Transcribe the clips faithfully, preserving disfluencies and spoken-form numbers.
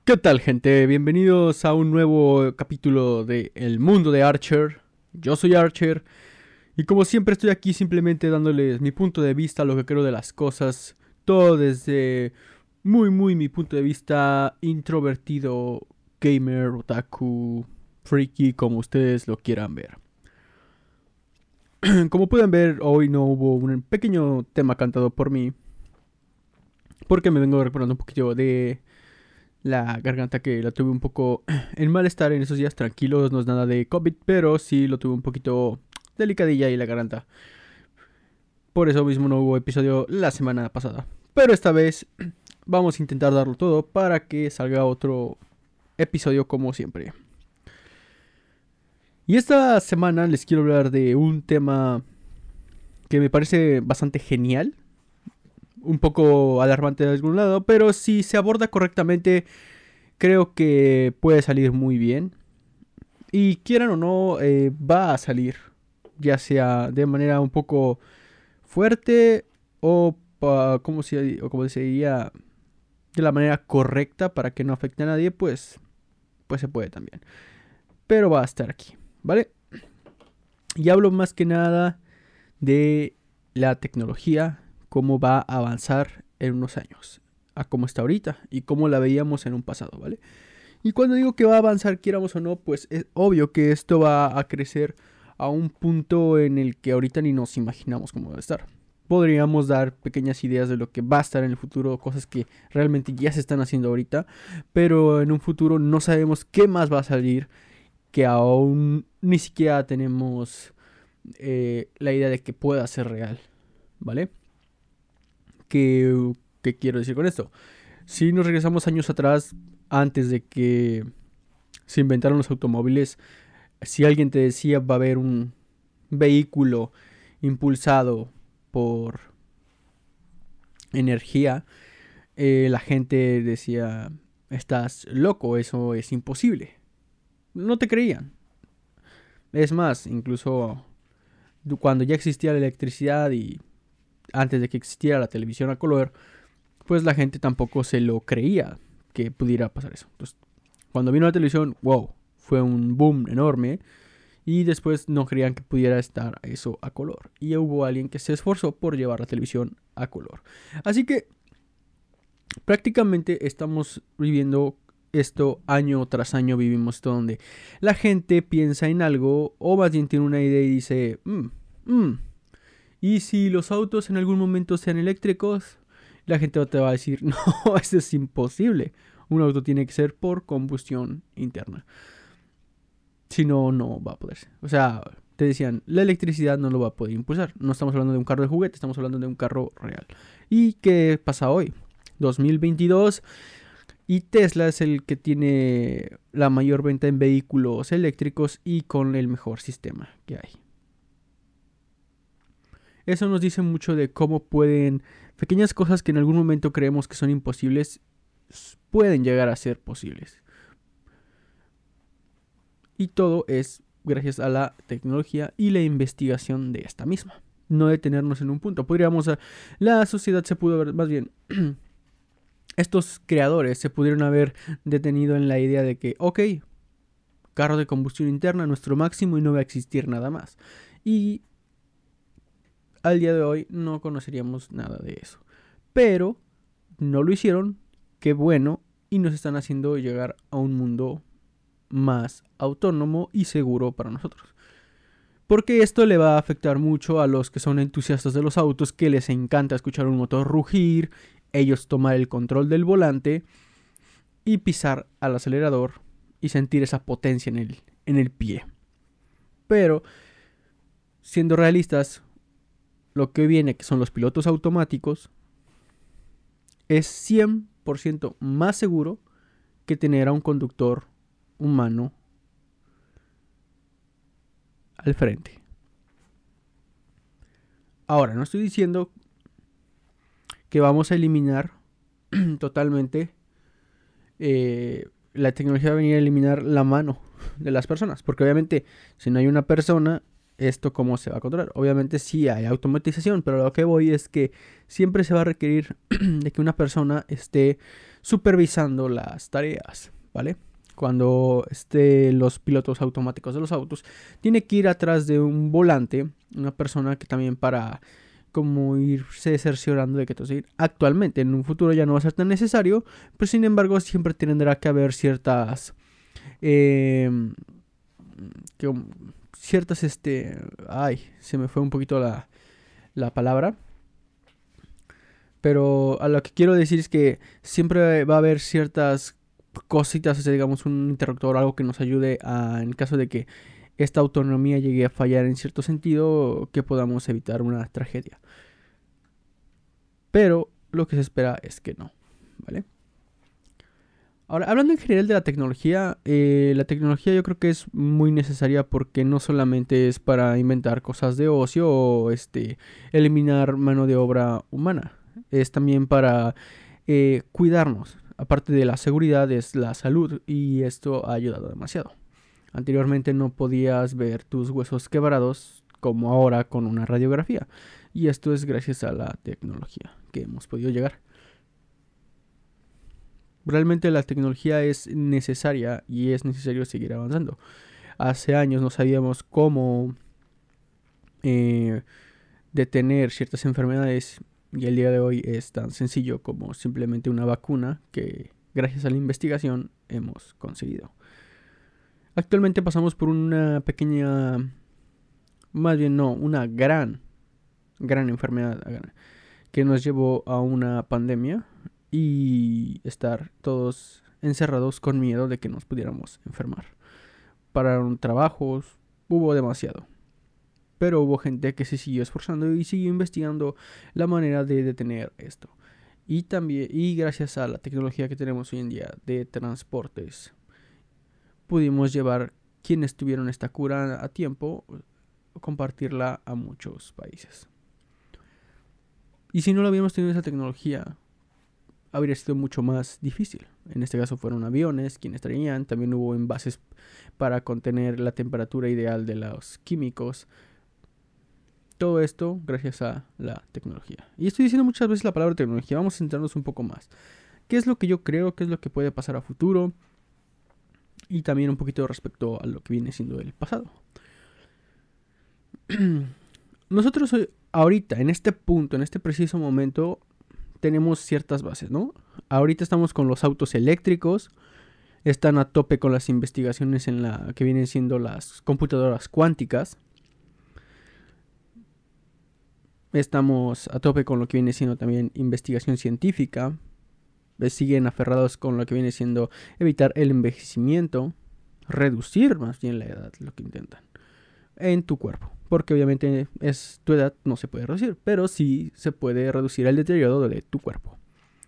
¿Qué tal, gente? Bienvenidos a un nuevo capítulo de El Mundo de Archer. Yo soy Archer y como siempre estoy aquí simplemente dándoles mi punto de vista, lo que creo de las cosas, todo desde muy muy mi punto de vista introvertido, gamer, otaku, freaky, como ustedes lo quieran ver. Como pueden ver, hoy no hubo un pequeño tema cantado por mí, porque me vengo recuperando un poquito de la garganta, que la tuve un poco en malestar en esos días. Tranquilos, no es nada de COVID, pero sí lo tuve un poquito delicadilla y la garganta. Por eso mismo no hubo episodio la semana pasada. Pero esta vez vamos a intentar darlo todo para que salga otro episodio como siempre. Y esta semana les quiero hablar de un tema que me parece bastante genial. Un poco alarmante de algún lado, pero si se aborda correctamente, creo que puede salir muy bien. Y quieran o no, eh, va a salir, ya sea de manera un poco fuerte o, pa, como, si, o como se diría, de la manera correcta para que no afecte a nadie, pues, pues se puede también. Pero va a estar aquí, ¿vale? Y hablo más que nada de la tecnología, cómo va a avanzar en unos años, a cómo está ahorita y cómo la veíamos en un pasado, ¿vale? Y cuando digo que va a avanzar, quieramos o no, pues es obvio que esto va a crecer a un punto en el que ahorita ni nos imaginamos cómo va a estar. Podríamos dar pequeñas ideas de lo que va a estar en el futuro, cosas que realmente ya se están haciendo ahorita, pero en un futuro no sabemos qué más va a salir, que aún ni siquiera tenemos eh, la idea de que pueda ser real, ¿vale? ¿Qué, ¿Qué quiero decir con esto? Si nos regresamos años atrás, antes de que se inventaron los automóviles, si alguien te decía va a haber un vehículo impulsado por energía, eh, la gente decía, estás loco, eso es imposible. No te creían. Es más, incluso cuando ya existía la electricidad y antes de que existiera la televisión a color, pues la gente tampoco se lo creía que pudiera pasar eso. Entonces, cuando vino la televisión, wow, fue un boom enorme. Y después no creían que pudiera estar eso a color. Y hubo alguien que se esforzó por llevar la televisión a color. Así que prácticamente estamos viviendo esto año tras año. Vivimos esto donde la gente piensa en algo, o más bien tiene una idea y dice, mmm, mmm. ¿Y si los autos en algún momento sean eléctricos? La gente te va a decir, no, eso es imposible. Un auto tiene que ser por combustión interna. Si no, no va a poderse. O sea, te decían, la electricidad no lo va a poder impulsar. No estamos hablando de un carro de juguete, estamos hablando de un carro real. ¿Y qué pasa hoy? dos mil veintidós. Y Tesla es el que tiene la mayor venta en vehículos eléctricos y con el mejor sistema que hay. Eso nos dice mucho de cómo pueden, pequeñas cosas que en algún momento creemos que son imposibles, pueden llegar a ser posibles. Y todo es gracias a la tecnología y la investigación de esta misma. No detenernos en un punto. Podríamos, la sociedad se pudo haber, más bien, estos creadores se pudieron haber detenido en la idea de que, ok, carro de combustión interna, nuestro máximo y no va a existir nada más. Y al día de hoy no conoceríamos nada de eso. Pero no lo hicieron, qué bueno, y nos están haciendo llegar a un mundo más autónomo y seguro para nosotros. Porque esto le va a afectar mucho a los que son entusiastas de los autos, que les encanta escuchar un motor rugir, ellos tomar el control del volante y pisar al acelerador y sentir esa potencia en el, en el pie. Pero, siendo realistas, lo que viene, que son los pilotos automáticos, es cien por ciento más seguro que tener a un conductor humano al frente. Ahora, no estoy diciendo que vamos a eliminar totalmente eh, la tecnología va a venir a eliminar la mano de las personas, porque obviamente si no hay una persona, esto cómo se va a controlar. Obviamente sí hay automatización, pero lo que voy es que siempre se va a requerir de que una persona esté supervisando las tareas, ¿vale? Cuando esté los pilotos automáticos de los autos, tiene que ir atrás de un volante, una persona que también para como irse cerciorando de que todo sigue. Actualmente, en un futuro ya no va a ser tan necesario, pero sin embargo siempre tendrá que haber ciertas eh, que, ciertas este ay, se me fue un poquito la, la palabra. Pero a lo que quiero decir es que siempre va a haber ciertas cositas, o sea, digamos un interruptor, algo que nos ayude a, en caso de que esta autonomía llegue a fallar en cierto sentido, que podamos evitar una tragedia. Pero lo que se espera es que no, ¿vale? Ahora, hablando en general de la tecnología, eh, la tecnología yo creo que es muy necesaria porque no solamente es para inventar cosas de ocio o este, eliminar mano de obra humana, es también para eh, cuidarnos. Aparte de la seguridad es la salud y esto ha ayudado demasiado. Anteriormente no podías ver tus huesos quebrados como ahora con una radiografía y esto es gracias a la tecnología que hemos podido llegar. Realmente la tecnología es necesaria y es necesario seguir avanzando. Hace años no sabíamos cómo eh, detener ciertas enfermedades y el día de hoy es tan sencillo como simplemente una vacuna que gracias a la investigación hemos conseguido. Actualmente pasamos por una pequeña, más bien no, una gran, gran enfermedad que nos llevó a una pandemia y estar todos encerrados con miedo de que nos pudiéramos enfermar. Pararon trabajos, hubo demasiado. Pero hubo gente que se siguió esforzando y siguió investigando la manera de detener esto. Y también, y gracias a la tecnología que tenemos hoy en día de transportes, pudimos llevar quienes tuvieron esta cura a tiempo, compartirla a muchos países. Y si no lo hubiéramos tenido esa tecnología, habría sido mucho más difícil. En este caso fueron aviones quienes traían, también hubo envases para contener la temperatura ideal de los químicos. Todo esto gracias a la tecnología. Y estoy diciendo muchas veces la palabra tecnología, vamos a centrarnos un poco más. ¿Qué es lo que yo creo? ¿Qué es lo que puede pasar a futuro? Y también un poquito respecto a lo que viene siendo el pasado. Nosotros hoy, ahorita, en este punto, en este preciso momento, tenemos ciertas bases, ¿no? Ahorita estamos con los autos eléctricos, están a tope con las investigaciones en la que vienen siendo las computadoras cuánticas. Estamos a tope con lo que viene siendo también investigación científica. Siguen aferrados con lo que viene siendo evitar el envejecimiento, reducir más bien la edad, lo que intentan, en tu cuerpo. Porque obviamente es, tu edad no se puede reducir, pero sí se puede reducir el deterioro de tu cuerpo.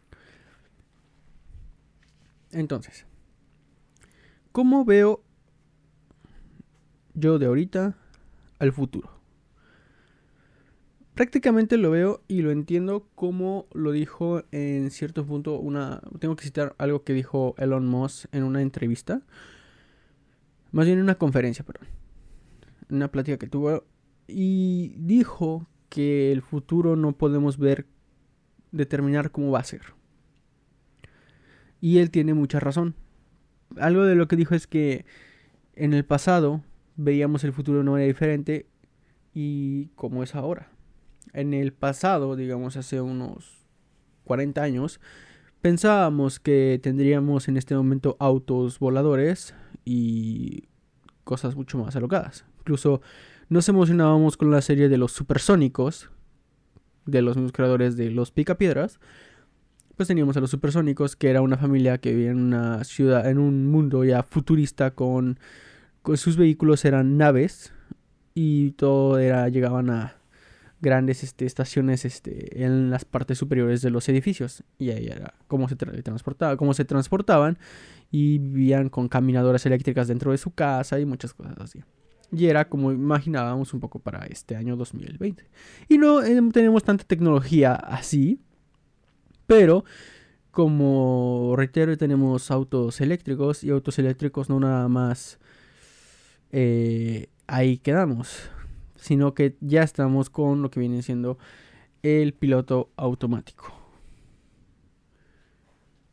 Entonces, ¿cómo veo yo de ahorita al futuro? Prácticamente lo veo y lo entiendo como lo dijo en cierto punto una... Tengo que citar algo que dijo Elon Musk en una entrevista. Más bien en una conferencia, perdón. En una plática que tuvo. Y dijo que el futuro no podemos ver, determinar cómo va a ser. Y él tiene mucha razón. Algo de lo que dijo es que en el pasado veíamos el futuro de una manera diferente y como es ahora. En el pasado, digamos hace unos cuarenta años, pensábamos que tendríamos en este momento autos voladores y cosas mucho más alocadas. Incluso nos emocionábamos con la serie de los supersónicos, de los mismos creadores de Los Picapiedras. Pues teníamos a los supersónicos, que era una familia que vivía en una ciudad, en un mundo ya futurista, con, con sus vehículos eran naves y todo era, llegaban a grandes este, estaciones este, en las partes superiores de los edificios, y ahí era cómo se tra- transportaba, cómo se transportaban, y vivían con caminadoras eléctricas dentro de su casa y muchas cosas así. Y era como imaginábamos un poco para este año dos mil veinte. Y no eh, tenemos tanta tecnología así, pero como reitero, tenemos autos eléctricos, y autos eléctricos no nada más eh, ahí quedamos, sino que ya estamos con lo que viene siendo el piloto automático.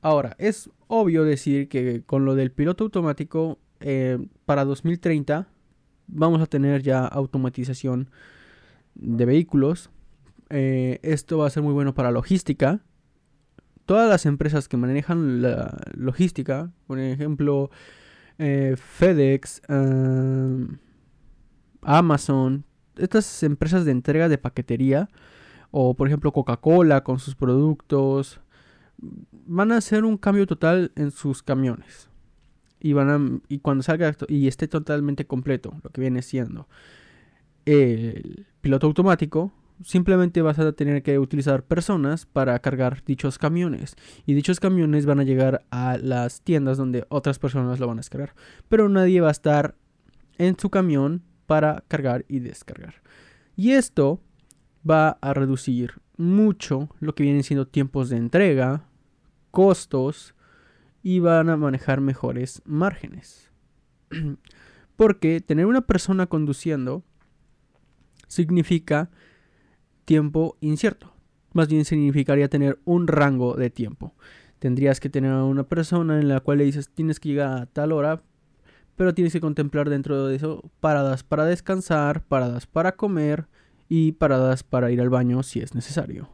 Ahora, es obvio decir que con lo del piloto automático, eh, para dos mil treinta vamos a tener ya automatización de vehículos. Eh, esto va a ser muy bueno para logística. Todas las empresas que manejan la logística, por ejemplo, eh, FedEx, eh, Amazon, estas empresas de entrega de paquetería, o por ejemplo Coca-Cola con sus productos, van a hacer un cambio total en sus camiones. Y, van a, y cuando salga esto, y esté totalmente completo, lo que viene siendo el piloto automático, simplemente vas a tener que utilizar personas para cargar dichos camiones. Y dichos camiones van a llegar a las tiendas donde otras personas lo van a descargar. Pero nadie va a estar en su camión para cargar y descargar. Y esto va a reducir mucho lo que vienen siendo tiempos de entrega, costos, y van a manejar mejores márgenes. Porque tener una persona conduciendo significa tiempo incierto. Más bien significaría tener un rango de tiempo. Tendrías que tener a una persona en la cual le dices tienes que llegar a tal hora, pero tienes que contemplar dentro de eso paradas para descansar, paradas para comer y paradas para ir al baño si es necesario.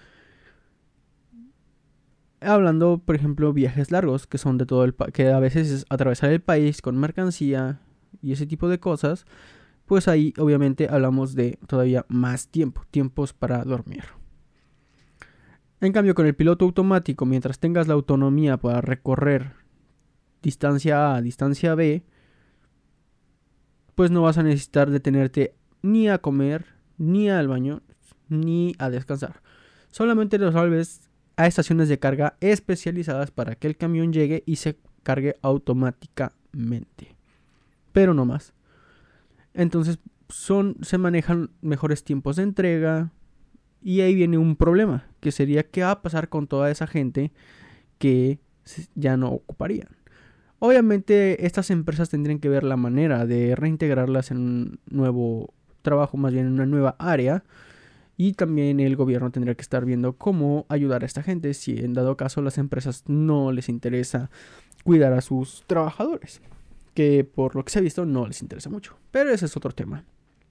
Hablando, por ejemplo, viajes largos, que son de todo el pa- que a veces es atravesar el país con mercancía y ese tipo de cosas, pues ahí obviamente hablamos de todavía más tiempo, tiempos para dormir. En cambio, con el piloto automático, mientras tengas la autonomía para recorrer distancia A a distancia B, pues no vas a necesitar detenerte ni a comer, ni al baño, ni a descansar. Solamente lo salves a estaciones de carga especializadas para que el camión llegue y se cargue automáticamente. Pero no más. Entonces son, se manejan mejores tiempos de entrega. Y ahí viene un problema, que sería qué va a pasar con toda esa gente que ya no ocuparían. Obviamente estas empresas tendrían que ver la manera de reintegrarlas en un nuevo trabajo, más bien en una nueva área. Y también el gobierno tendría que estar viendo cómo ayudar a esta gente si en dado caso las empresas no les interesa cuidar a sus trabajadores. Que por lo que se ha visto no les interesa mucho. Pero ese es otro tema.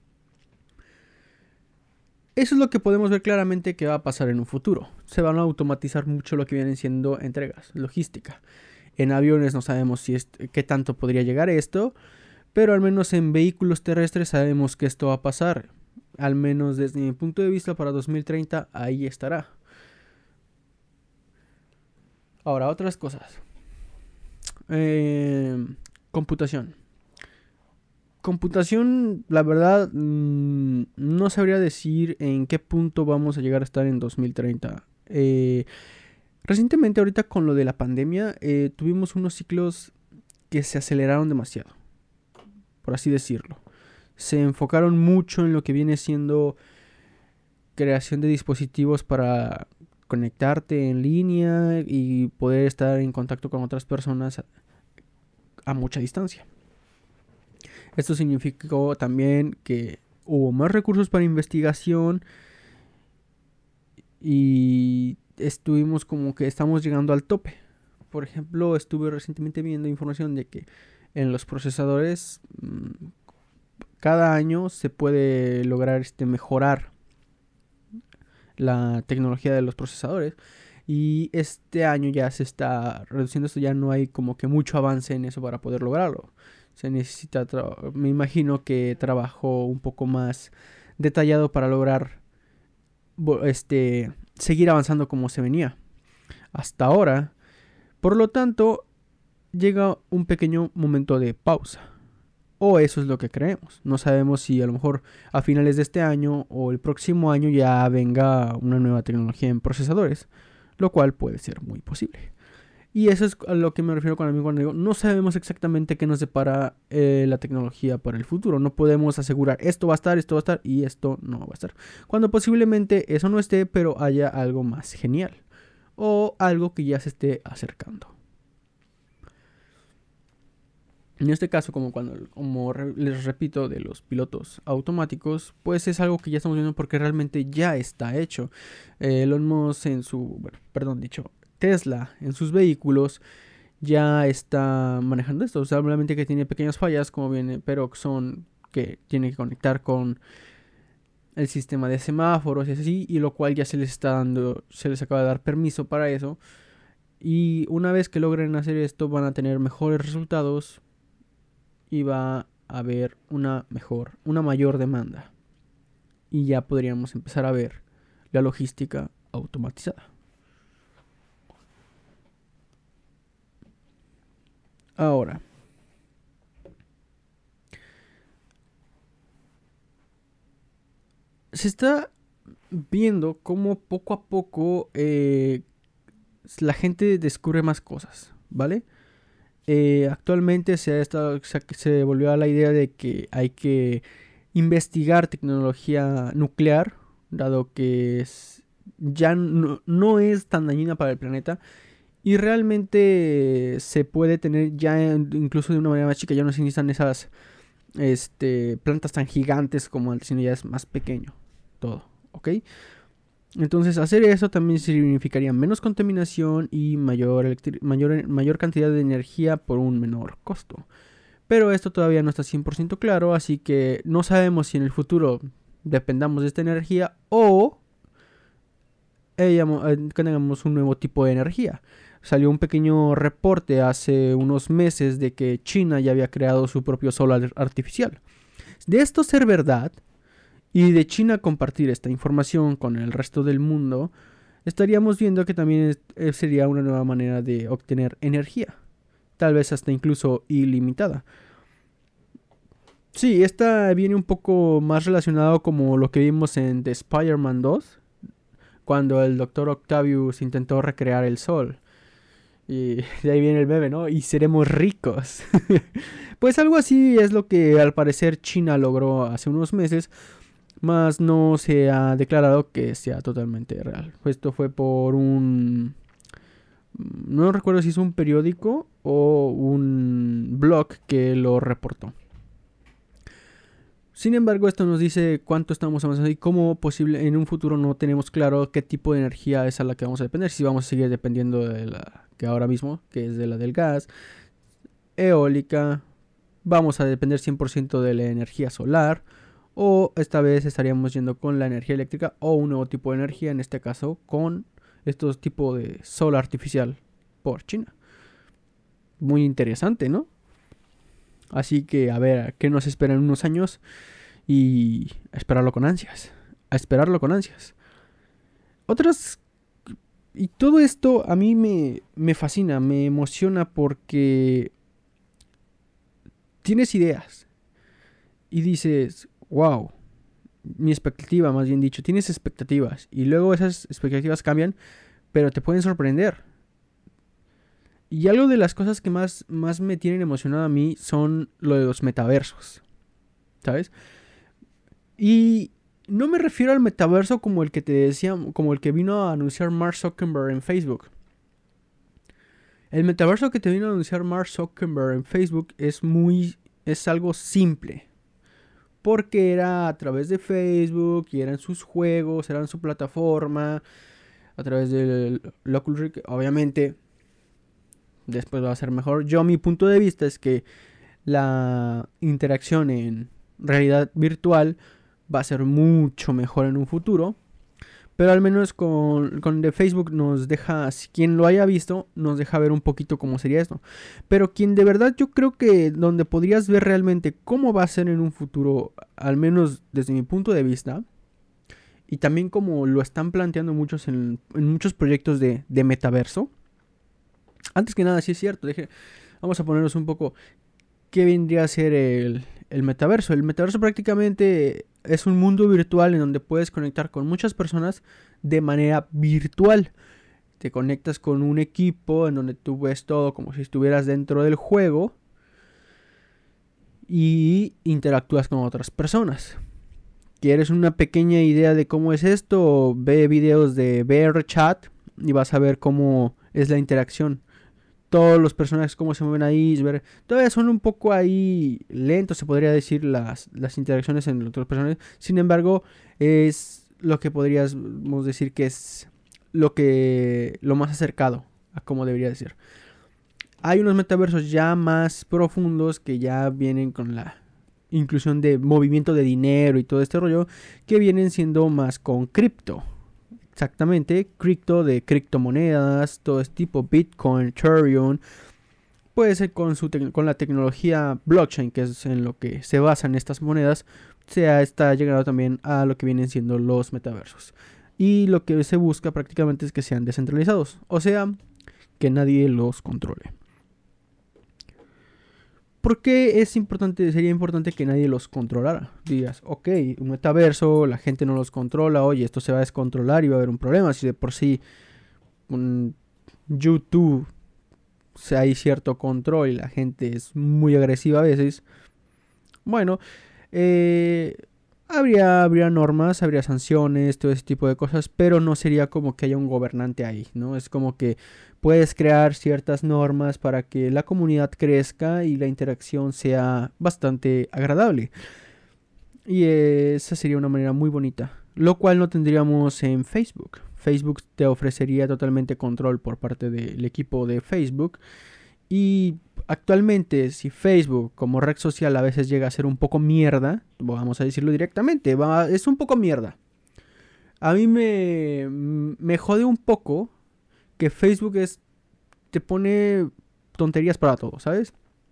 Eso es lo que podemos ver claramente que va a pasar en un futuro. Se van a automatizar mucho lo que vienen siendo entregas, logística. En aviones no sabemos si es, qué tanto podría llegar esto, pero al menos en vehículos terrestres sabemos que esto va a pasar. Al menos desde mi punto de vista para dos mil treinta ahí estará. Ahora, otras cosas. Eh, computación. Computación, la verdad, mmm, no sabría decir en qué punto vamos a llegar a estar en dos mil treinta. Eh, recientemente, ahorita con lo de la pandemia, eh, tuvimos unos ciclos que se aceleraron demasiado, por así decirlo. Se enfocaron mucho en lo que viene siendo creación de dispositivos para conectarte en línea y poder estar en contacto con otras personas a, a mucha distancia. Esto significó también que hubo más recursos para investigación y estuvimos como que estamos llegando al tope. Por ejemplo, estuve recientemente viendo información de que en los procesadores cada año se puede lograr este, mejorar la tecnología de los procesadores. Y este año ya se está reduciendo esto, ya no hay como que mucho avance en eso para poder lograrlo. Se necesita, tra- me imagino que trabajo un poco más detallado para lograr este, seguir avanzando como se venía hasta ahora. Por lo tanto, llega un pequeño momento de pausa. O eso es lo que creemos. No sabemos si a lo mejor a finales de este año o el próximo año ya venga una nueva tecnología en procesadores, lo cual puede ser muy posible. Y eso es a lo que me refiero con cuando digo, no sabemos exactamente qué nos depara eh, la tecnología para el futuro. No podemos asegurar esto va a estar, esto va a estar y esto no va a estar. Cuando posiblemente eso no esté, pero haya algo más genial. O algo que ya se esté acercando. En este caso, como cuando como re, les repito, de los pilotos automáticos, pues es algo que ya estamos viendo porque realmente ya está hecho. Eh, Elon Musk en su, bueno, perdón dicho, Tesla en sus vehículos ya está manejando esto. Solamente que tiene pequeñas fallas, como viene, pero son que tiene que conectar con el sistema de semáforos y así, y lo cual ya se les está dando, se les acaba de dar permiso para eso. Y una vez que logren hacer esto, van a tener mejores resultados y va a haber una mejor, una mayor demanda. Y ya podríamos empezar a ver la logística automatizada. Ahora, se está viendo cómo poco a poco eh, la gente descubre más cosas, ¿vale? Eh, actualmente se, ha estado, se, se volvió a la idea de que hay que investigar tecnología nuclear, dado que es, ya no, no es tan dañina para el planeta y realmente se puede tener ya incluso de una manera más chica. Ya no se necesitan esas este, plantas tan gigantes como antes, sino ya es más pequeño todo, ¿ok? Entonces hacer eso también significaría menos contaminación y mayor, electri- mayor, mayor cantidad de energía por un menor costo. Pero esto todavía no está cien por ciento claro, así que no sabemos si en el futuro dependamos de esta energía o tengamos un nuevo tipo de energía. Salió un pequeño reporte hace unos meses de que China ya había creado su propio sol artificial. De esto ser verdad, y de China compartir esta información con el resto del mundo, estaríamos viendo que también es, sería una nueva manera de obtener energía. Tal vez hasta incluso ilimitada. Sí, esta viene un poco más relacionado como lo que vimos en The Spider-Man dos, cuando el doctor Octavius intentó recrear el sol. Y de ahí viene el meme, ¿no? Y seremos ricos. Pues algo así es lo que al parecer China logró hace unos meses, más no se ha declarado que sea totalmente real. Esto fue por un... no recuerdo si es un periódico o un blog que lo reportó. Sin embargo, esto nos dice cuánto estamos avanzando y cómo posible en un futuro no tenemos claro qué tipo de energía es a la que vamos a depender. Si vamos a seguir dependiendo de la que ahora mismo, que es de la del gas, eólica, vamos a depender cien por ciento de la energía solar, o esta vez estaríamos yendo con la energía eléctrica o un nuevo tipo de energía, en este caso con estos tipos de sol artificial por China. Muy interesante, ¿no? Así que a ver, ¿qué nos espera en unos años? Y a esperarlo con ansias. A esperarlo con ansias. Otras... Y todo esto a mí me, me fascina, me emociona porque tienes ideas y dices, wow, mi expectativa, más bien dicho, tienes expectativas y luego esas expectativas cambian, pero te pueden sorprender. Y algo de las cosas que más, más me tienen emocionado a mí son lo de los metaversos, ¿sabes? Y no me refiero al metaverso como el que te decía, como el que vino a anunciar Mark Zuckerberg en Facebook. El metaverso que te vino a anunciar Mark Zuckerberg en Facebook es muy, es algo simple. Porque era a través de Facebook y eran sus juegos, eran su plataforma, a través del Oculus Rift, obviamente. Después va a ser mejor. Yo, mi punto de vista es que la interacción en realidad virtual va a ser mucho mejor en un futuro. Pero al menos con, con de Facebook nos deja, si quien lo haya visto, nos deja ver un poquito cómo sería esto. Pero quien de verdad yo creo que donde podrías ver realmente cómo va a ser en un futuro, al menos desde mi punto de vista, y también como lo están planteando muchos en, en muchos proyectos de, de metaverso. Antes que nada, sí es cierto, deje, vamos a ponernos un poco qué vendría a ser el, el metaverso. El metaverso prácticamente es un mundo virtual en donde puedes conectar con muchas personas de manera virtual. Te conectas con un equipo en donde tú ves todo como si estuvieras dentro del juego y interactúas con otras personas. ¿Quieres una pequeña idea de cómo es esto? Ve videos de VRChat y vas a ver cómo es la interacción. Todos los personajes cómo se mueven ahí, todavía son un poco ahí lentos, se podría decir, las, las interacciones entre los personajes. Sin embargo, es lo que podríamos decir que es lo que lo más acercado a como debería de ser. Hay unos metaversos ya más profundos que ya vienen con la inclusión de movimiento de dinero y todo este rollo, que vienen siendo más con cripto. Exactamente, cripto de criptomonedas, todo este tipo, Bitcoin, Ethereum. Puede ser con, su te- con la tecnología blockchain, que es en lo que se basan estas monedas, se está llegando también a lo que vienen siendo los metaversos. Y lo que se busca prácticamente es que sean descentralizados, o sea, que nadie los controle. ¿Por qué es importante, sería importante que nadie los controlara? Dirías, ok, un metaverso, la gente no los controla, oye, esto se va a descontrolar y va a haber un problema. Si de por sí un YouTube, o sea, hay cierto control y la gente es muy agresiva a veces, bueno, eh, habría, habría normas, habría sanciones, todo ese tipo de cosas, pero no sería como que haya un gobernante ahí, ¿no? Es como que puedes crear ciertas normas para que la comunidad crezca y la interacción sea bastante agradable. Y esa sería una manera muy bonita, lo cual no tendríamos en Facebook. Facebook te ofrecería totalmente control por parte del equipo de Facebook. Y actualmente, si Facebook como red social a veces llega a ser un poco mierda, vamos a decirlo directamente, va, es un poco mierda. A mí me, me jode un poco que Facebook es, te pone tonterías para todo, ¿sabes?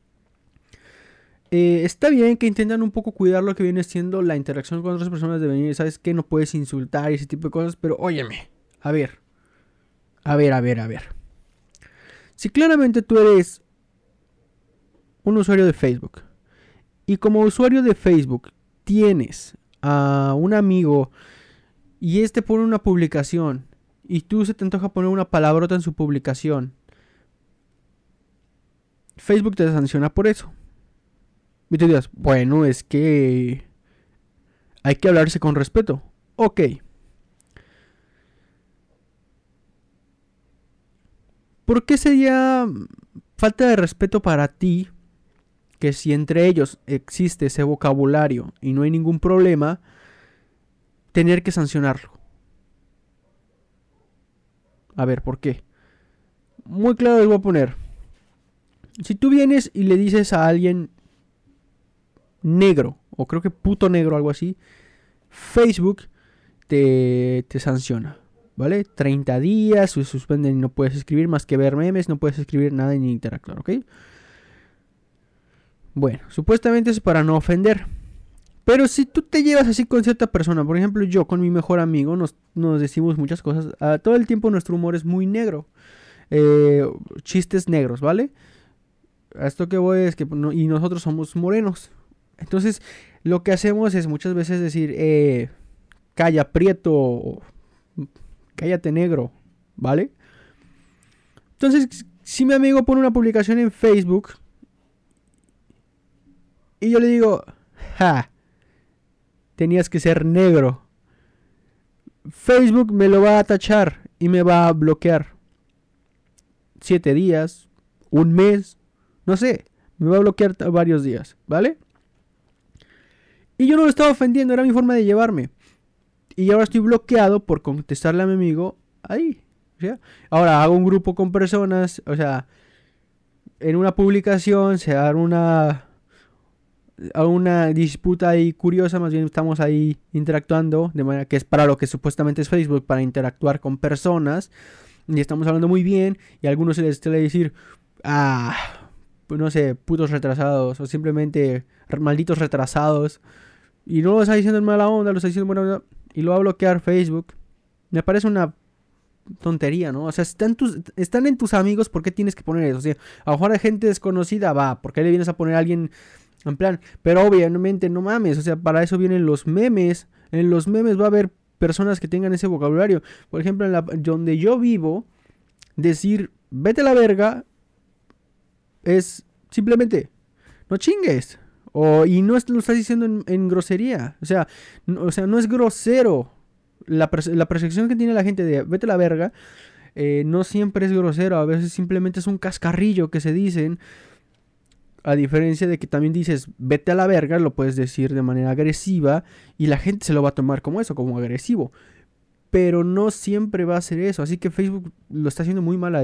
Eh, está bien que intentan un poco cuidar lo que viene siendo la interacción con otras personas de venir, ¿sabes? Que no puedes insultar y ese tipo de cosas, pero óyeme, a ver, a ver, a ver, a ver. Si claramente tú eres un usuario de Facebook y como usuario de Facebook tienes a un amigo y este pone una publicación y tú se te antoja poner una palabrota en su publicación, Facebook te sanciona por eso. Y tú dirás, bueno, es que hay que hablarse con respeto. Ok. ¿Por qué sería falta de respeto para ti que si entre ellos existe ese vocabulario y no hay ningún problema, tener que sancionarlo? A ver, ¿por qué? Muy claro les voy a poner. Si tú vienes y le dices a alguien negro, o creo que puto negro, algo así, Facebook te, te sanciona, ¿vale? treinta días, se suspenden y no puedes escribir más que ver memes, no puedes escribir nada ni interactuar, ¿ok? Bueno, supuestamente es para no ofender. Pero si tú te llevas así con cierta persona, por ejemplo yo con mi mejor amigo nos, nos decimos muchas cosas, uh, todo el tiempo nuestro humor es muy negro, eh, chistes negros, ¿vale? A esto que voy es que no, y nosotros somos morenos. Entonces lo que hacemos es muchas veces decir, eh, calla prieto, cállate negro, ¿vale? Entonces si mi amigo pone una publicación en Facebook y yo le digo, ja, tenías que ser negro, Facebook me lo va a tachar y me va a bloquear. Siete días, un mes, no sé, me va a bloquear varios días, ¿vale? Y yo no lo estaba ofendiendo, era mi forma de llevarme. Y ahora estoy bloqueado por contestarle a mi amigo ahí. ¿Sí? Ahora hago un grupo con personas, o sea, en una publicación se da una... a una disputa ahí curiosa, más bien estamos ahí interactuando, de manera que es para lo que supuestamente es Facebook, para interactuar con personas, y estamos hablando muy bien, y a algunos se les suele decir, ah, pues no sé, putos retrasados, o simplemente malditos retrasados, y no lo está diciendo en mala onda, lo está diciendo en buena onda, y lo va a bloquear Facebook. Me parece una tontería, ¿no? O sea, están, tus, están en tus amigos, ¿por qué tienes que poner eso? O sea, a lo mejor hay gente desconocida, va, ¿por qué le vienes a poner a alguien en plan? Pero obviamente no mames, o sea, para eso vienen los memes. En los memes va a haber personas que tengan ese vocabulario. Por ejemplo, en la, donde yo vivo, decir vete a la verga es simplemente no chingues. O, y no es, lo estás diciendo en, en grosería. O sea, no, o sea, no es grosero. La, perce- la percepción que tiene la gente de vete a la verga eh, no siempre es grosero. A veces simplemente es un cascarrillo que se dicen. A diferencia de que también dices vete a la verga, lo puedes decir de manera agresiva y la gente se lo va a tomar como eso, como agresivo. Pero no siempre va a ser eso. Así que Facebook lo está haciendo muy mal ahí.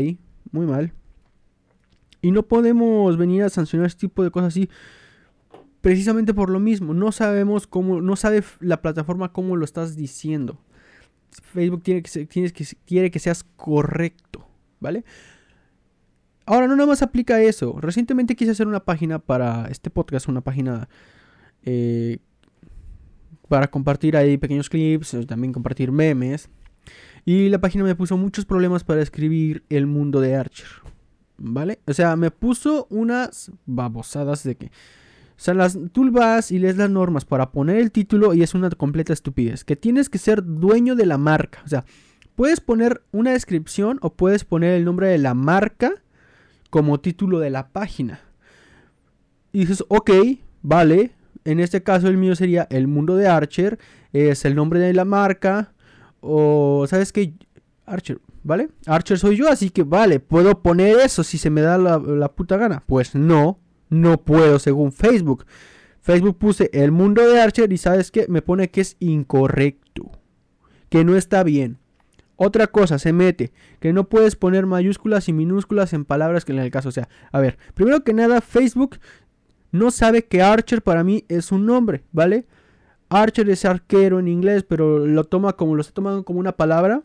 muy mal. Y no podemos venir a sancionar este tipo de cosas así. Precisamente por lo mismo. No sabemos cómo, no sabe la plataforma cómo lo estás diciendo. Facebook tiene que, tiene que, quiere que seas correcto, ¿vale? Ahora, no nada más aplica eso. Recientemente quise hacer una página para este podcast, una página eh, para compartir ahí pequeños clips, también compartir memes. Y la página me puso muchos problemas para escribir el mundo de Archer, ¿vale? O sea, me puso unas babosadas de que... O sea, las, tú vas y lees las normas para poner el título y es una completa estupidez. Que tienes que ser dueño de la marca. O sea, puedes poner una descripción o puedes poner el nombre de la marca como título de la página. Y dices, ok, vale. En este caso el mío sería El Mundo de Archer. Es el nombre de la marca. O, ¿sabes qué? Archer, ¿vale? Archer soy yo, así que vale, puedo poner eso si se me da la, la puta gana. Pues no, no puedo según Facebook. Facebook puse El Mundo de Archer y ¿sabes qué? Me pone que es incorrecto. Que no está bien. Otra cosa, se mete que no puedes poner mayúsculas y minúsculas en palabras que en el caso. O sea, a ver, primero que nada, Facebook no sabe que Archer para mí es un nombre, ¿vale? Archer es arquero en inglés, pero lo toma como lo está tomando como una palabra.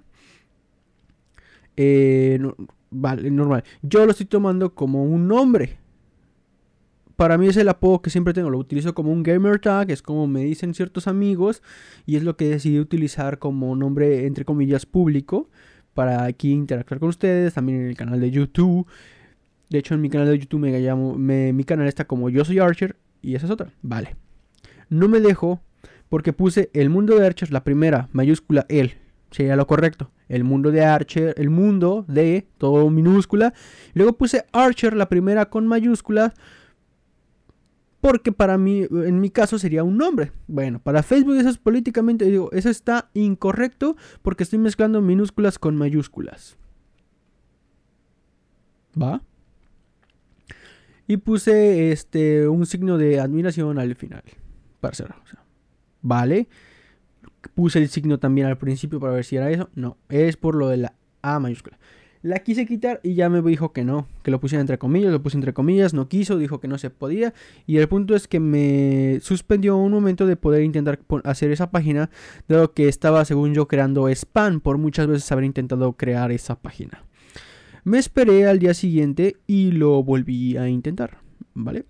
Eh, no, vale, normal. Yo lo estoy tomando como un nombre. Para mí es el apodo que siempre tengo. Lo utilizo como un gamer tag, es como me dicen ciertos amigos. Y es lo que decidí utilizar como nombre, entre comillas, público. Para aquí interactuar con ustedes. También en el canal de YouTube. De hecho, en mi canal de YouTube me llamo, me, mi canal está como Yo Soy Archer. Y esa es otra. Vale. No me dejo porque puse El Mundo de Archer, la primera, mayúscula, el. Sería lo correcto. El Mundo de Archer, el mundo de, todo minúscula. Luego puse Archer, la primera con mayúscula. Porque para mí, en mi caso, sería un nombre. Bueno, para Facebook eso es políticamente, digo, eso está incorrecto porque estoy mezclando minúsculas con mayúsculas. ¿Va? Y puse este un signo de admiración al final. Para cerrar. O sea, vale. Puse el signo también al principio para ver si era eso. No, es por lo de la A mayúscula. La quise quitar y ya me dijo que no, que lo pusiera entre comillas, lo puse entre comillas, no quiso, dijo que no se podía. Y el punto es que me suspendió un momento de poder intentar hacer esa página, dado que estaba, según yo, creando spam por muchas veces haber intentado crear esa página. Me esperé al día siguiente y lo volví a intentar, ¿vale?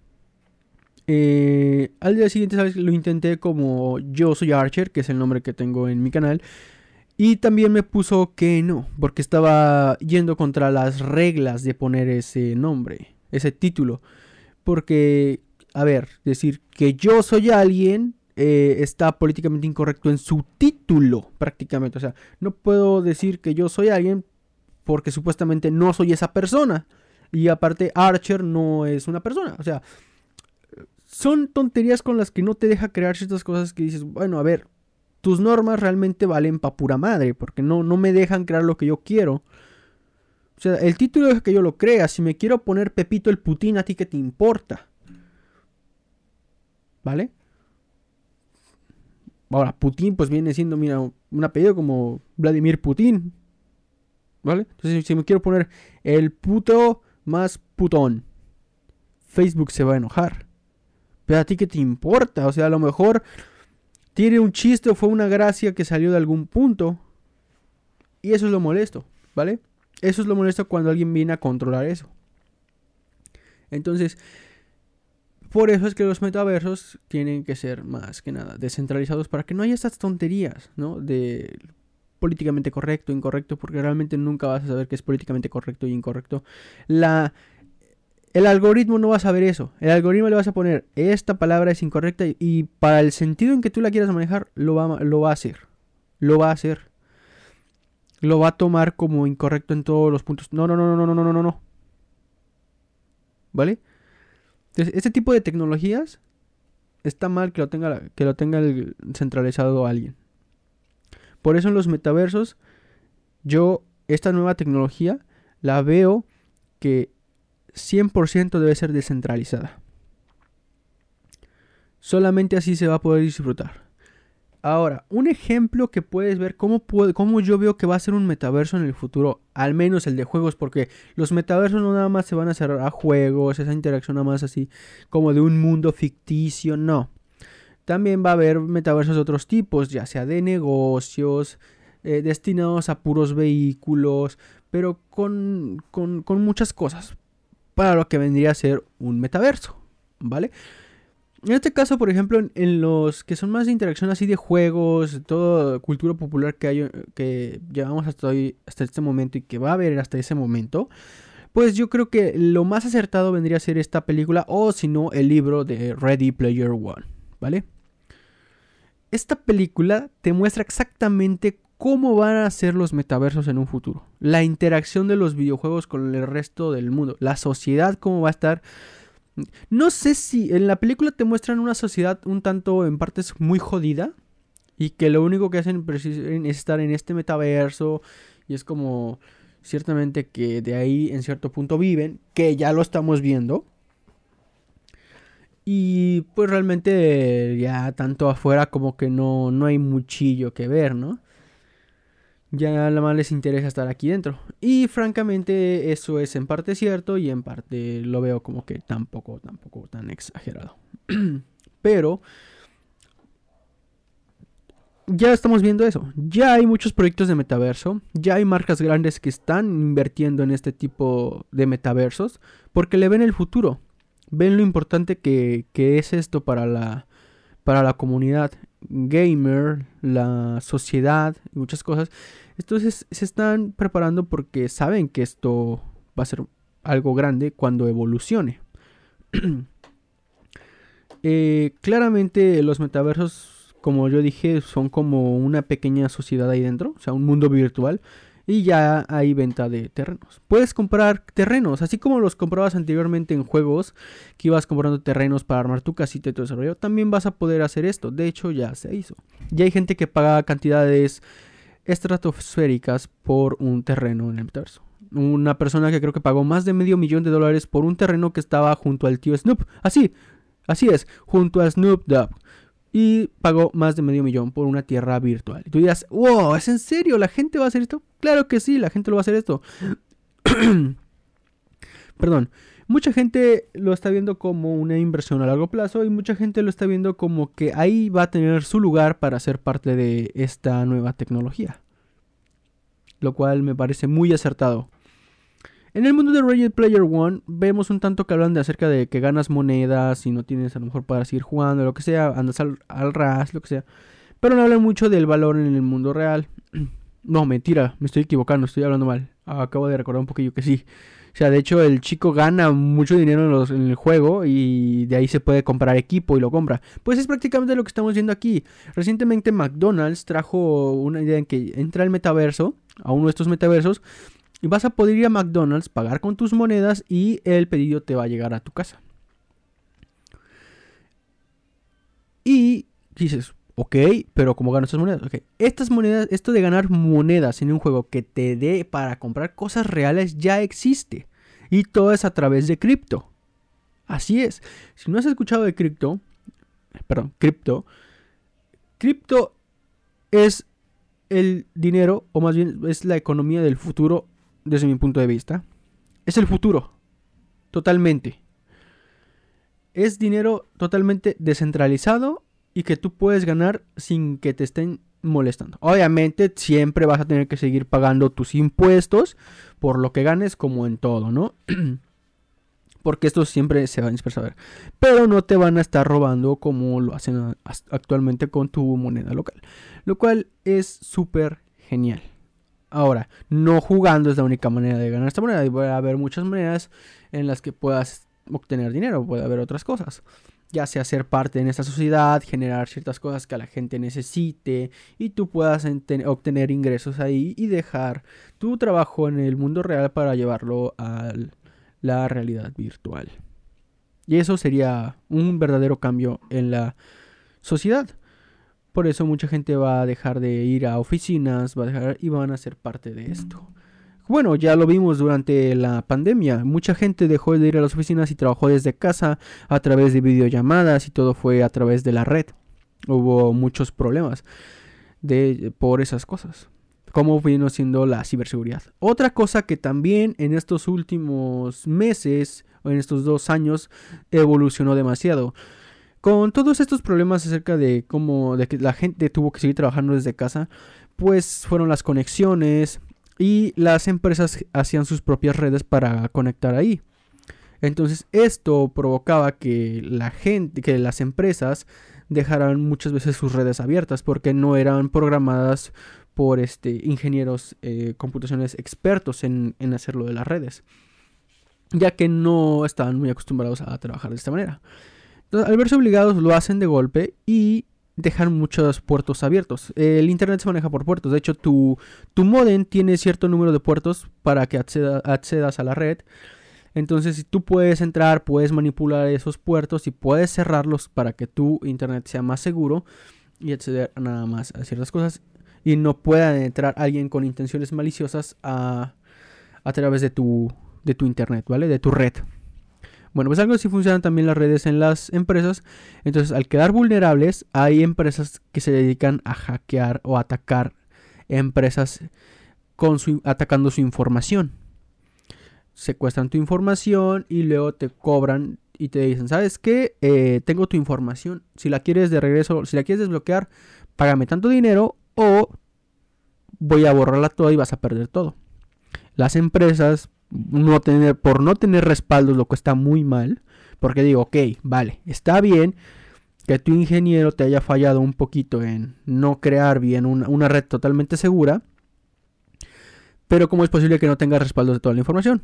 Eh, al día siguiente, ¿sabes? Lo intenté como Yo Soy Archer, que es el nombre que tengo en mi canal. Y también me puso que no, porque estaba yendo contra las reglas de poner ese nombre, ese título. Porque, a ver, decir que yo soy alguien eh, está políticamente incorrecto en su título, prácticamente. O sea, no puedo decir que yo soy alguien porque supuestamente no soy esa persona. Y aparte, Archer no es una persona. O sea, son tonterías con las que no te deja crear ciertas cosas que dices, bueno, a ver, tus normas realmente valen pa' pura madre, porque no, no me dejan crear lo que yo quiero. O sea, el título es que yo lo crea. Si me quiero poner Pepito el Putin, ¿a ti qué te importa? ¿Vale? Ahora, Putin pues viene siendo, mira, un apellido como Vladimir Putin. ¿Vale? Entonces, si me quiero poner el puto más putón, Facebook se va a enojar. Pero ¿a ti qué te importa? O sea, a lo mejor tiene un chiste o fue una gracia que salió de algún punto. Y eso es lo molesto, ¿vale? Eso es lo molesto cuando alguien viene a controlar eso. Entonces, por eso es que los metaversos tienen que ser más que nada descentralizados para que no haya estas tonterías, ¿no? De políticamente correcto, incorrecto, porque realmente nunca vas a saber qué es políticamente correcto y incorrecto. La... El algoritmo no va a saber eso. El algoritmo le vas a poner esta palabra es incorrecta y, y para el sentido en que tú la quieras manejar lo va, lo va a hacer. Lo va a hacer. Lo va a tomar como incorrecto en todos los puntos. No, no, no, no, no, no, no, no, no. ¿Vale? Entonces, este tipo de tecnologías está mal que lo tenga, que lo tenga el centralizado alguien. Por eso en los metaversos yo esta nueva tecnología la veo que cien por ciento debe ser descentralizada. Solamente así se va a poder disfrutar. Ahora, un ejemplo que puedes ver cómo, puede, cómo yo veo que va a ser un metaverso en el futuro, al menos el de juegos, porque los metaversos no nada más se van a cerrar a juegos, esa interacción nada más así como de un mundo ficticio, no. También va a haber metaversos de otros tipos, ya sea de negocios, eh, destinados a puros vehículos, pero con, con, con muchas cosas, para lo que vendría a ser un metaverso, ¿vale? En este caso, por ejemplo, en, en los que son más de interacción así de juegos, toda cultura popular que hay, que llevamos hasta hoy, hasta este momento y que va a haber hasta ese momento, pues yo creo que lo más acertado vendría a ser esta película o si no el libro de Ready Player One, ¿vale? Esta película te muestra exactamente cómo van a ser los metaversos en un futuro, la interacción de los videojuegos con el resto del mundo, la sociedad cómo va a estar. No sé si en la película te muestran una sociedad un tanto en partes muy jodida y que lo único que hacen es estar en este metaverso y es como ciertamente que de ahí en cierto punto viven, que ya lo estamos viendo. Y pues realmente ya tanto afuera como que no, no hay muchillo que ver, ¿no? Ya nada más les interesa estar aquí dentro. Y francamente eso es en parte cierto y en parte lo veo como que tampoco, tampoco tan exagerado. Pero ya estamos viendo eso. Ya hay muchos proyectos de metaverso. Ya hay marcas grandes que están invirtiendo en este tipo de metaversos porque le ven el futuro. Ven lo importante que, que es esto para la, para la comunidad gamer, la sociedad y muchas cosas. Entonces se están preparando porque saben que esto va a ser algo grande cuando evolucione. eh, claramente los metaversos, como yo dije, son como una pequeña sociedad ahí dentro, o sea, un mundo virtual. Y ya hay venta de terrenos. Puedes comprar terrenos, así como los comprabas anteriormente en juegos, que ibas comprando terrenos para armar tu casita y todo ese rollo. También vas a poder hacer esto. De hecho, ya se hizo. Ya hay gente que paga cantidades estratosféricas por un terreno en el metaverso. Una persona que creo que pagó más de medio millón de dólares por un terreno que estaba junto al tío Snoop. Así, así es, junto a Snoop Dogg. Y pagó más de medio millón por una tierra virtual. Y tú dirás, wow, ¿es en serio? ¿La gente va a hacer esto? Claro que sí, la gente lo va a hacer esto. Perdón. Mucha gente lo está viendo como una inversión a largo plazo y mucha gente lo está viendo como que ahí va a tener su lugar para ser parte de esta nueva tecnología. Lo cual me parece muy acertado. En el mundo de Ready Player One vemos un tanto que hablan de acerca de que ganas monedas y no tienes a lo mejor para seguir jugando, lo que sea, andas al, al ras, lo que sea. Pero no hablan mucho del valor en el mundo real. No, mentira, me estoy equivocando, estoy hablando mal. Acabo de recordar un poquillo que sí. O sea, de hecho el chico gana mucho dinero en, los, en el juego y de ahí se puede comprar equipo y lo compra. Pues es prácticamente lo que estamos viendo aquí. Recientemente McDonald's trajo una idea en que entra el metaverso, a uno de estos metaversos, y vas a poder ir a McDonald's, pagar con tus monedas y el pedido te va a llegar a tu casa. Y dices, ok, pero ¿cómo gano estas monedas? Okay. Estas monedas, esto de ganar monedas en un juego que te dé para comprar cosas reales ya existe. Y todo es a través de cripto. Así es. Si no has escuchado de cripto, perdón, cripto, cripto es el dinero, o más bien es la economía del futuro. Desde mi punto de vista, es el futuro, totalmente. Es dinero totalmente descentralizado y que tú puedes ganar sin que te estén molestando. Obviamente siempre vas a tener que seguir pagando tus impuestos por lo que ganes, como en todo, ¿no? Porque esto siempre se va a dispersar. Pero no te van a estar robando como lo hacen actualmente con tu moneda local. Lo cual es súper genial. Ahora, no jugando es la única manera de ganar esta moneda. Y puede haber muchas maneras en las que puedas obtener dinero. Puede haber otras cosas. Ya sea ser parte de esta sociedad, generar ciertas cosas que a la gente necesite. Y tú puedas enten- obtener ingresos ahí y dejar tu trabajo en el mundo real para llevarlo a la realidad virtual. Y eso sería un verdadero cambio en la sociedad. Por eso mucha gente va a dejar de ir a oficinas, va a dejar y van a ser parte de esto. Bueno, ya lo vimos durante la pandemia. Mucha gente dejó de ir a las oficinas y trabajó desde casa a través de videollamadas y todo fue a través de la red. hubo muchos problemas de, por esas cosas, como vino siendo la ciberseguridad. Otra cosa que también en estos últimos meses o en estos dos años evolucionó demasiado. Con todos estos problemas acerca de cómo de que la gente tuvo que seguir trabajando desde casa, pues fueron las conexiones y las empresas hacían sus propias redes para conectar ahí. Entonces esto provocaba que la gente, que las empresas dejaran muchas veces sus redes abiertas porque no eran programadas por este, ingenieros eh, computacionales expertos en, en hacerlo de las redes, ya que no estaban muy acostumbrados a trabajar de esta manera. Entonces, al verse obligados, lo hacen de golpe y dejan muchos puertos abiertos. El internet se maneja por puertos. De hecho, tu, tu modem tiene cierto número de puertos para que acceda, accedas a la red. Entonces, si tú puedes entrar, puedes manipular esos puertos y puedes cerrarlos para que tu internet sea más seguro y acceder nada más a ciertas cosas y no pueda entrar alguien con intenciones maliciosas a, a través de tu, de tu internet, ¿vale? De tu red. Bueno, pues algo así funcionan también las redes en las empresas. Entonces, al quedar vulnerables, hay empresas que se dedican a hackear o atacar empresas con su, atacando su información. Secuestran tu información y luego te cobran y te dicen, ¿sabes qué? Eh, tengo tu información. Si la quieres de regreso, si la quieres desbloquear, págame tanto dinero o voy a borrarla toda y vas a perder todo. Las empresas, no tener, por no tener respaldos, lo que está muy mal, porque digo, ok, vale, está bien que tu ingeniero te haya fallado un poquito en no crear bien una, una red totalmente segura, pero ¿cómo es posible que no tenga respaldos de toda la información?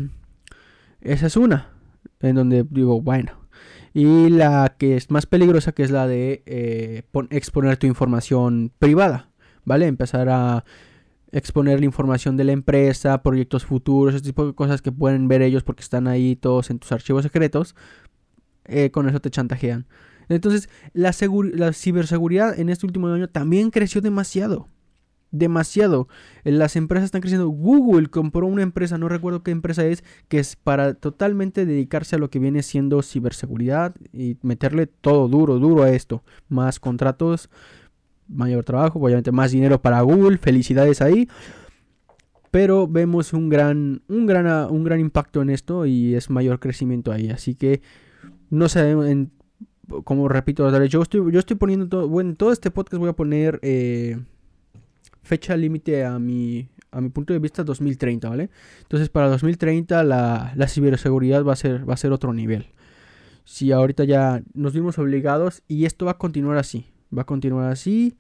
Esa es una, en donde digo, bueno. Y la que es más peligrosa, que es la de eh, pon, exponer tu información privada, ¿vale? Empezar a exponer la información de la empresa, proyectos futuros, ese tipo de cosas que pueden ver ellos porque están ahí todos en tus archivos secretos. Eh, con eso te chantajean. Entonces, la, la ciberseguridad en este último año también creció demasiado. Demasiado. Las empresas están creciendo. Google compró una empresa, no recuerdo qué empresa es, que es para totalmente dedicarse a lo que viene siendo ciberseguridad y meterle todo duro, duro a esto. Más contratos, mayor trabajo, obviamente más dinero para Google. Felicidades ahí. Pero vemos un gran, un gran, un gran impacto en esto y es mayor crecimiento ahí. Así que no sé, en, como repito, yo estoy, yo estoy poniendo todo, bueno, en todo este podcast voy a poner eh, fecha límite a mi, a mi punto de vista dos mil treinta, ¿vale? Entonces para dos mil treinta la, la ciberseguridad va a ser, va a ser otro nivel. Si ahorita ya nos vimos obligados y esto va a continuar así, va a continuar así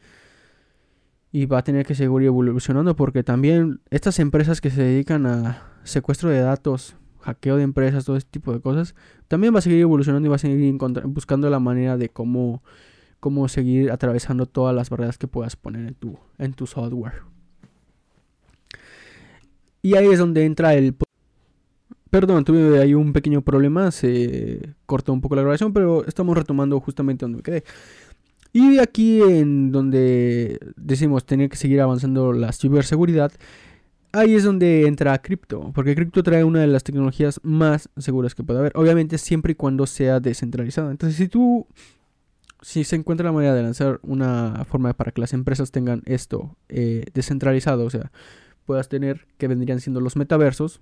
y va a tener que seguir evolucionando porque también estas empresas que se dedican a secuestro de datos, hackeo de empresas, todo este tipo de cosas, también va a seguir evolucionando y va a seguir buscando la manera de cómo cómo seguir atravesando todas las barreras que puedas poner en tu, en tu software. Y ahí es donde entra el... Perdón, tuve ahí un pequeño problema, se cortó un poco la grabación, pero estamos retomando justamente donde me quedé. Y aquí en donde decimos tener que seguir avanzando la ciberseguridad, ahí es donde entra cripto, porque cripto trae una de las tecnologías más seguras que puede haber, obviamente siempre y cuando sea descentralizada. Entonces si tú... Si se encuentra la manera de lanzar una forma para que las empresas tengan esto eh, descentralizado, o sea, puedas tener que vendrían siendo los metaversos,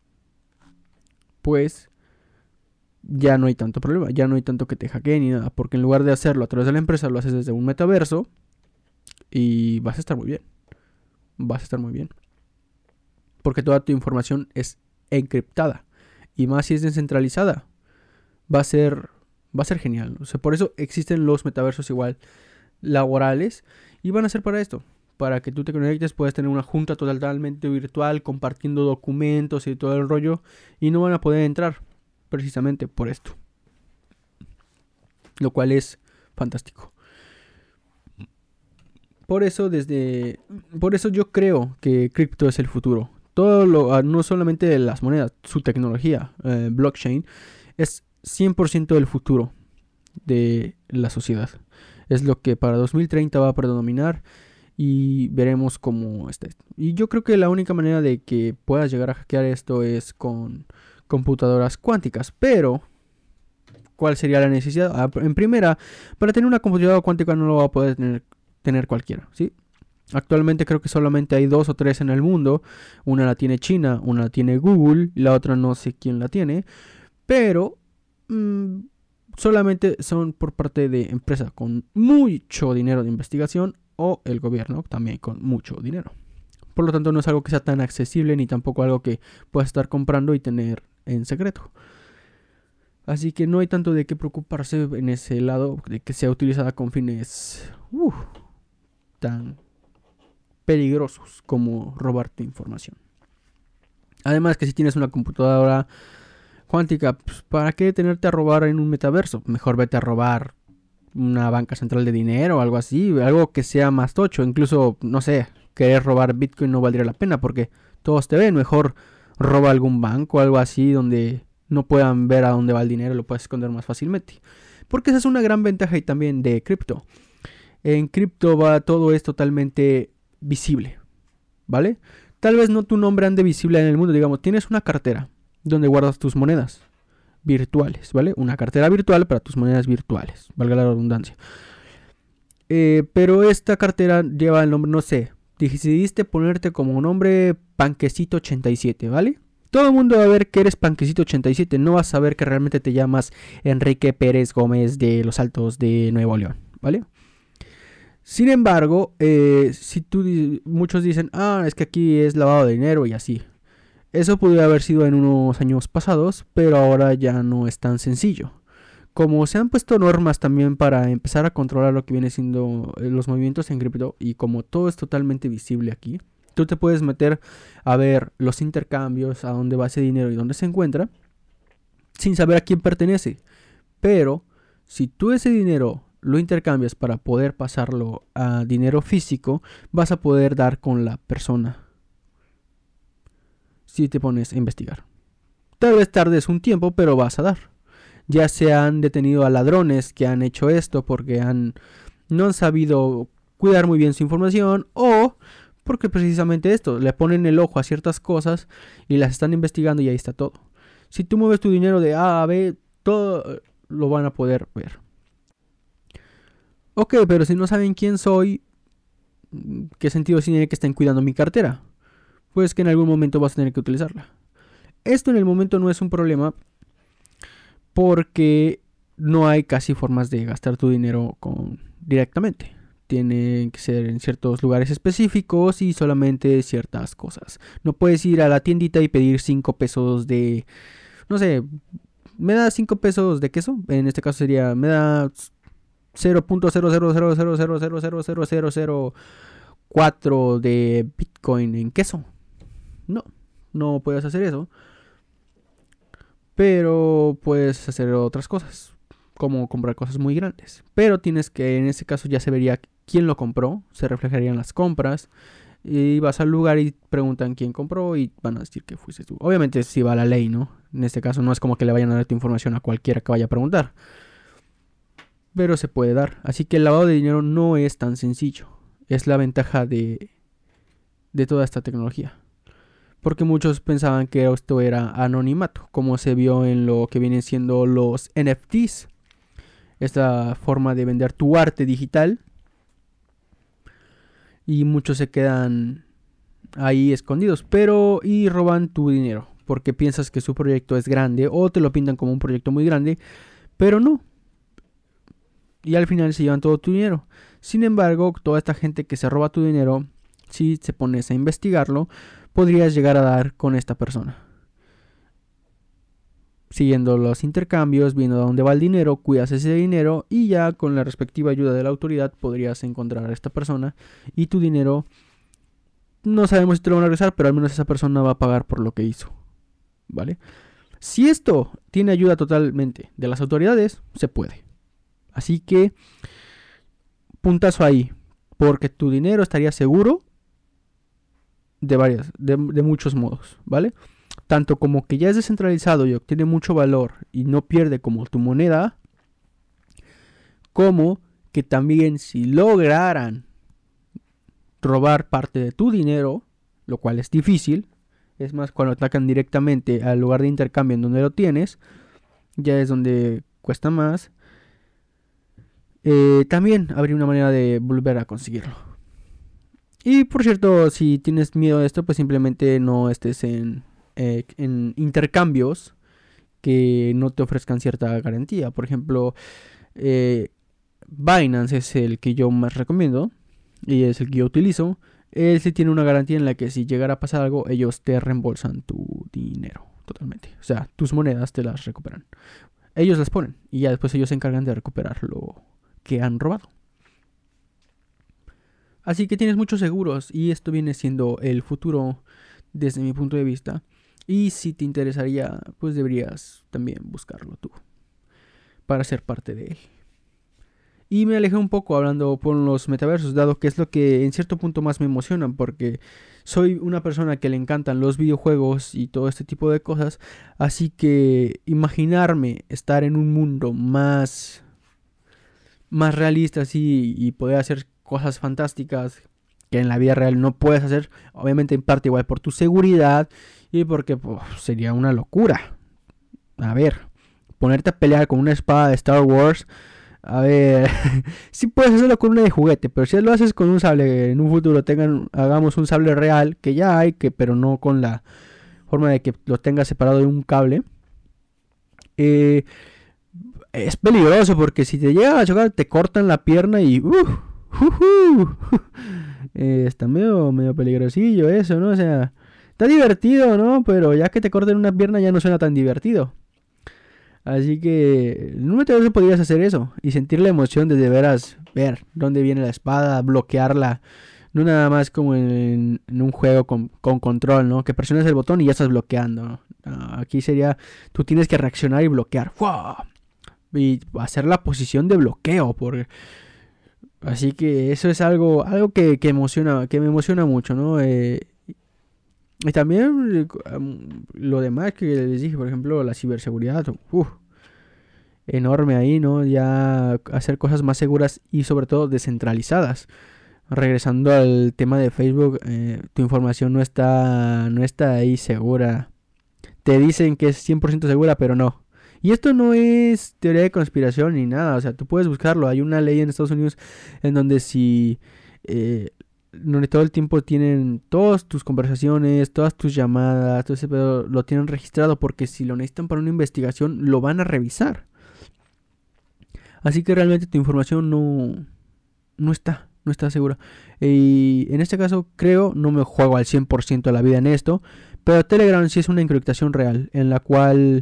pues ya no hay tanto problema, ya no hay tanto que te hackeen ni nada, porque en lugar de hacerlo a través de la empresa, lo haces desde un metaverso y vas a estar muy bien, vas a estar muy bien, porque toda tu información es encriptada y más si es descentralizada, va a ser... Va a ser genial. O sea, por eso existen los metaversos igual laborales. Y van a ser para esto. Para que tú te conectes, puedes tener una junta totalmente virtual, compartiendo documentos y todo el rollo. Y no van a poder entrar. Precisamente por esto. Lo cual es fantástico. Por eso desde. Por eso yo creo que cripto es el futuro. Todo lo. No solamente las monedas, su tecnología, eh, blockchain, es cien por ciento del futuro de la sociedad. Es lo que para dos mil treinta va a predominar y veremos cómo está. Y yo creo que la única manera de que puedas llegar a hackear esto es con computadoras cuánticas, pero ¿Cuál sería la necesidad? Ah, en primera, para tener una computadora cuántica no lo va a poder tener, tener cualquiera, ¿sí? Actualmente creo que solamente hay dos o tres en el mundo. Una la tiene China, una la tiene Google, la otra no sé quién la tiene. Pero mmm, solamente son por parte de empresas con mucho dinero de investigación o el gobierno también con mucho dinero. Por lo tanto no es algo que sea tan accesible ni tampoco algo que puedas estar comprando y tener en secreto. Así que no hay tanto de qué preocuparse en ese lado de que sea utilizada con fines uh, tan peligrosos como robarte información. Además que si tienes una computadora cuántica, pues, ¿para qué tenerte a robar en un metaverso? Mejor vete a robar una banca central de dinero o algo así, algo que sea más tocho. Incluso, no sé, querer robar Bitcoin no valdría la pena porque todos te ven. Mejor roba algún banco o algo así donde no puedan ver a dónde va el dinero, lo puedes esconder más fácilmente. Porque esa es una gran ventaja y también de cripto. En cripto va todo es totalmente visible, ¿vale? Tal vez no tu nombre ande visible en el mundo, digamos, tienes una cartera donde guardas tus monedas virtuales, ¿vale? Una cartera virtual para tus monedas virtuales, valga la redundancia. Eh, pero esta cartera lleva el nombre, no sé, decidiste ponerte como un nombre Panquecito ochenta y siete, ¿vale? Todo el mundo va a ver que eres Panquecito ochenta y siete, no vas a saber que realmente te llamas Enrique Pérez Gómez de los Altos de Nuevo León, ¿vale? Sin embargo, eh, si tú, muchos dicen, ah, es que aquí es lavado de dinero y así. Eso podría haber sido en unos años pasados, pero ahora ya no es tan sencillo. Como se han puesto normas también para empezar a controlar lo que viene siendo los movimientos en cripto y como todo es totalmente visible aquí, tú te puedes meter a ver los intercambios, a dónde va ese dinero y dónde se encuentra, sin saber a quién pertenece. Pero si tú ese dinero lo intercambias para poder pasarlo a dinero físico, vas a poder dar con la persona si te pones a investigar. Tal vez tardes un tiempo, pero vas a dar. Ya se han detenido a ladrones que han hecho esto porque han, no han sabido cuidar muy bien su información o porque precisamente esto, le ponen el ojo a ciertas cosas y las están investigando y ahí está todo. Si tú mueves tu dinero de A a B, todo lo van a poder ver. Ok, pero si no saben quién soy, ¿qué sentido tiene que estén cuidando mi cartera? Pues que en algún momento vas a tener que utilizarla. Esto en el momento no es un problema porque no hay casi formas de gastar tu dinero con, directamente. Tienen que ser en ciertos lugares específicos y solamente ciertas cosas. No puedes ir a la tiendita y pedir cinco pesos de, no sé, me da cinco pesos de queso. En este caso sería, me da cero punto cero cero cero cero cero cero cero cero cero cero cuatro de Bitcoin en queso. No, no puedes hacer eso. Pero puedes hacer otras cosas, como comprar cosas muy grandes. Pero tienes que, en este caso ya se vería quién lo compró, se reflejarían las compras. Y vas al lugar y preguntan quién compró y van a decir que fuiste tú. Obviamente si va la ley, ¿no? En este caso no es como que le vayan a dar tu información a cualquiera que vaya a preguntar. Pero se puede dar. Así que el lavado de dinero no es tan sencillo. Es la ventaja de, de toda esta tecnología. Porque muchos pensaban que esto era anonimato, como se vio en lo que vienen siendo los N F Ts. Esta forma de vender tu arte digital. Y muchos se quedan ahí escondidos, pero y roban tu dinero. Porque piensas que su proyecto es grande o te lo pintan como un proyecto muy grande, pero no. Y al final se llevan todo tu dinero. Sin embargo, toda esta gente que se roba tu dinero, si se pones a investigarlo, podrías llegar a dar con esta persona. Siguiendo los intercambios, viendo a dónde va el dinero, cuidas ese dinero y ya con la respectiva ayuda de la autoridad podrías encontrar a esta persona y tu dinero, no sabemos si te lo van a regresar, pero al menos esa persona va a pagar por lo que hizo, ¿vale? Si esto tiene ayuda totalmente de las autoridades, se puede. Así que, puntazo ahí, porque tu dinero estaría seguro de varias, de, de muchos modos, ¿vale? Tanto como que ya es descentralizado y obtiene mucho valor y no pierde como tu moneda, como que también si lograran robar parte de tu dinero, lo cual es difícil, es más cuando atacan directamente al lugar de intercambio en donde lo tienes, ya es donde cuesta más, eh, también habría una manera de volver a conseguirlo. Y por cierto, si tienes miedo de esto, pues simplemente no estés en, eh, en intercambios que no te ofrezcan cierta garantía. Por ejemplo, eh, Binance es el que yo más recomiendo y es el que yo utilizo. Él sí tiene una garantía en la que si llegara a pasar algo, ellos te reembolsan tu dinero totalmente. O sea, tus monedas te las recuperan. Ellos las ponen y ya después ellos se encargan de recuperar lo que han robado. Así que tienes muchos seguros y esto viene siendo el futuro desde mi punto de vista. Y si te interesaría, pues deberías también buscarlo tú para ser parte de él. Y me alejé un poco hablando por los metaversos, dado que es lo que en cierto punto más me emociona, porque soy una persona que le encantan los videojuegos y todo este tipo de cosas. Así que imaginarme estar en un mundo más, más realista así y poder hacer cosas fantásticas que en la vida real no puedes hacer, obviamente en parte igual por tu seguridad y porque pues, sería una locura. A ver, ponerte a pelear con una espada de Star Wars. A ver, sí puedes hacerlo con una de juguete, pero si lo haces con un sable, en un futuro tengan, hagamos un sable real, que ya hay, que pero no con la forma de que lo tengas separado de un cable. Eh, es peligroso porque si te llega a chocar te cortan la pierna y... Uh, uh, uh, eh, está medio, medio peligrosillo eso, ¿no? O sea, está divertido, ¿no? Pero ya que te corten una pierna ya no suena tan divertido. Así que en un metaverso podrías hacer eso y sentir la emoción de de veras ver dónde viene la espada, bloquearla. No nada más como en, en un juego con, con control, ¿no? Que presionas el botón y ya estás bloqueando, ¿no? No, aquí sería, tú tienes que reaccionar y bloquear. ¡Wow! Y hacer la posición de bloqueo. Por... Así que eso es algo, algo que, que emociona, que me emociona mucho, ¿no? Eh, Y también um, lo demás que les dije, por ejemplo, la ciberseguridad, uf, enorme ahí, ¿no? Ya hacer cosas más seguras y sobre todo descentralizadas. Regresando al tema de Facebook, eh, tu información no está, no está ahí segura. Te dicen que es cien por ciento segura, pero no. Y esto no es teoría de conspiración ni nada, o sea, tú puedes buscarlo. Hay una ley en Estados Unidos en donde si... Eh, donde todo el tiempo tienen todas tus conversaciones, todas tus llamadas, todo ese pedo lo tienen registrado porque si lo necesitan para una investigación lo van a revisar. Así que realmente tu información no, no está, no está segura. Y en este caso creo, no me juego al cien por ciento de la vida en esto, pero Telegram sí es una encriptación real en la cual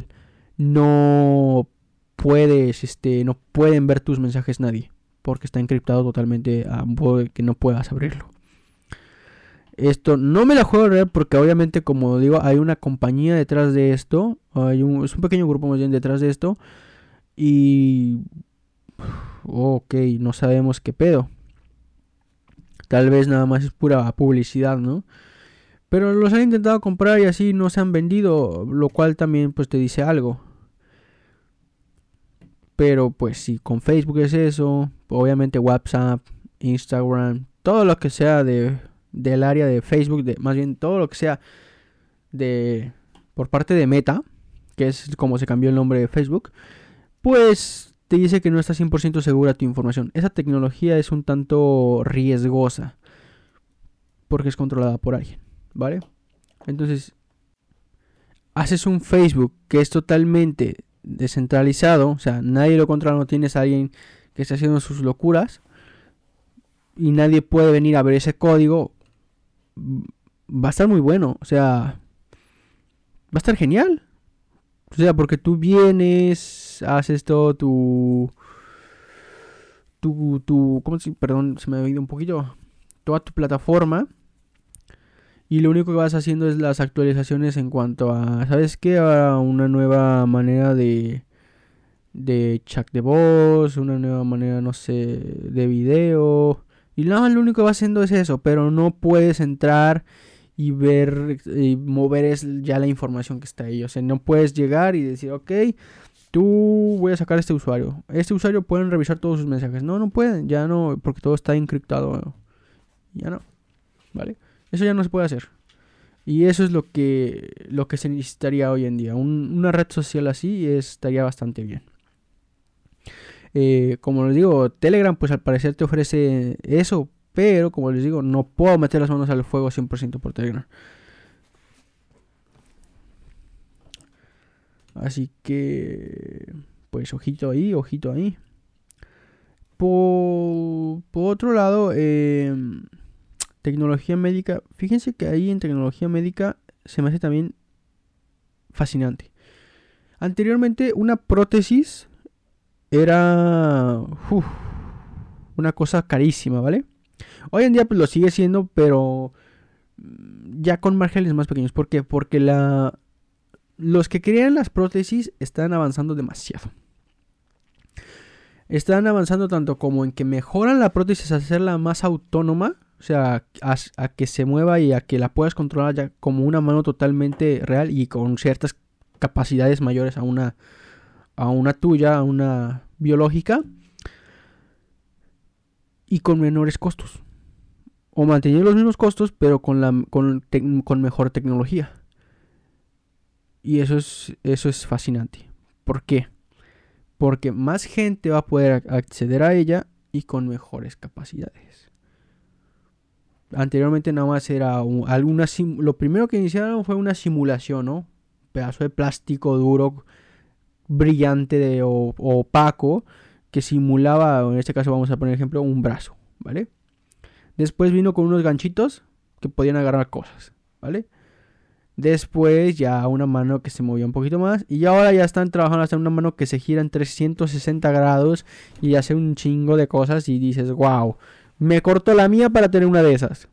no puedes, este, no pueden ver tus mensajes nadie porque está encriptado totalmente a modo de que no puedas abrirlo. Esto no me la juego real porque obviamente, como digo, hay una compañía detrás de esto. Hay un, es un pequeño grupo más bien detrás de esto. Y... Ok, no sabemos qué pedo. Tal vez nada más es pura publicidad, ¿no? Pero los han intentado comprar y así no se han vendido. Lo cual también pues te dice algo. Pero pues si con Facebook es eso. Obviamente WhatsApp, Instagram, todo lo que sea de... del área de Facebook, de, más bien todo lo que sea de por parte de Meta, que es como se cambió el nombre de Facebook, pues te dice que no está cien por ciento segura tu información. Esa tecnología es un tanto riesgosa porque es controlada por alguien, ¿vale? Entonces, haces un Facebook que es totalmente descentralizado, o sea, nadie lo controla, no tienes a alguien que está haciendo sus locuras y nadie puede venir a ver ese código. Va a estar muy bueno, o sea, va a estar genial. O sea, porque tú vienes, haces todo tu... Tu, tu, ¿cómo se, perdón, se me ha ido un poquito. Toda tu plataforma. Y lo único que vas haciendo es las actualizaciones en cuanto a, ¿sabes qué? Ahora una nueva manera de... De chat de voz, una nueva manera, no sé, de video. Y nada más lo único que va haciendo es eso, pero no puedes entrar y ver y mover es ya la información que está ahí. O sea, no puedes llegar y decir, ok, tú voy a sacar a este usuario. Este usuario pueden revisar todos sus mensajes. No, no pueden, ya no, porque todo está encriptado. Ya no, ¿vale? Eso ya no se puede hacer. Y eso es lo que, lo que se necesitaría hoy en día. Un, una red social así estaría bastante bien. Eh, como les digo, Telegram pues al parecer te ofrece eso, pero como les digo, no puedo meter las manos al fuego cien por ciento por Telegram. Así que, pues ojito ahí, ojito ahí. Por, por otro lado, eh, tecnología médica. Fíjense que ahí en tecnología médica se me hace también fascinante. Anteriormente una prótesis era uf, una cosa carísima, ¿vale? Hoy en día pues lo sigue siendo, pero ya con márgenes más pequeños. ¿Por qué? Porque la, los que crean las prótesis están avanzando demasiado. Están avanzando tanto como en que mejoran la prótesis a hacerla más autónoma, o sea, a, a que se mueva y a que la puedas controlar ya como una mano totalmente real y con ciertas capacidades mayores a una, a una tuya, a una biológica, y con menores costos. O mantener los mismos costos, pero con, la, con, te, con mejor tecnología. Y eso es, eso es fascinante. ¿Por qué? Porque más gente va a poder acceder a ella y con mejores capacidades. Anteriormente nada más era un, alguna sim- lo primero que iniciaron fue una simulación, ¿no? Pedazo de plástico duro, brillante de, o, o opaco, que simulaba, en este caso vamos a poner ejemplo, un brazo, ¿vale? Después vino con unos ganchitos que podían agarrar cosas, ¿vale? Después ya una mano que se movía un poquito más. Y ahora ya están trabajando hasta una mano que se gira en trescientos sesenta grados y hace un chingo de cosas. Y dices, wow, me corto la mía para tener una de esas.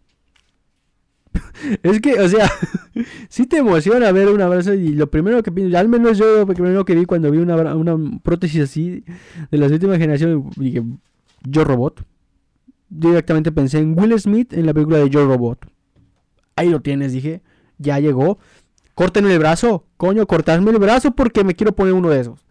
Es que, o sea, sí te emociona ver un abrazo. Y lo primero que pienso, al menos yo, lo primero que vi cuando vi una, una prótesis así de las últimas generaciones, dije, Yo Robot. Directamente pensé en Will Smith en la película de Yo Robot. Ahí lo tienes, dije. Ya llegó. Córtenme el brazo. Coño, cortadme el brazo porque me quiero poner uno de esos.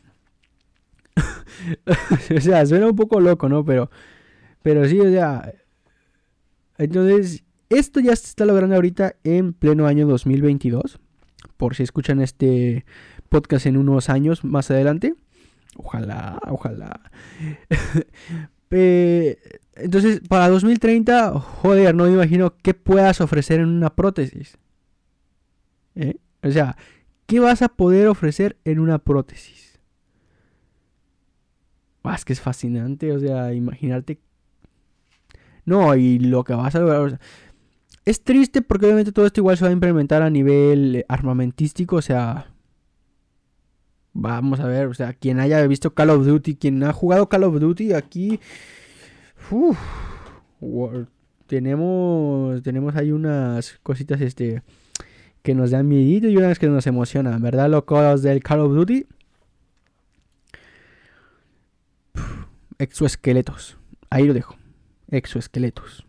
O sea, suena un poco loco, ¿no? Pero, pero sí, o sea. Entonces, esto ya se está logrando ahorita en pleno año dos mil veintidós. Por si escuchan este podcast en unos años más adelante. Ojalá, ojalá. eh, entonces, para dos mil treinta, joder, no me imagino qué puedas ofrecer en una prótesis. ¿Eh? O sea, ¿qué vas a poder ofrecer en una prótesis? Ah, es que es fascinante, o sea, imaginarte. No, y lo que vas a lograr. O sea, es triste porque obviamente todo esto igual se va a implementar a nivel armamentístico, o sea. Vamos a ver, o sea, quien haya visto Call of Duty, quien ha jugado Call of Duty aquí. Uf, tenemos, tenemos ahí unas cositas, este. que nos dan miedito y unas que nos emocionan, ¿verdad, locos del Call of Duty? Pff, exoesqueletos. Ahí lo dejo. Exoesqueletos.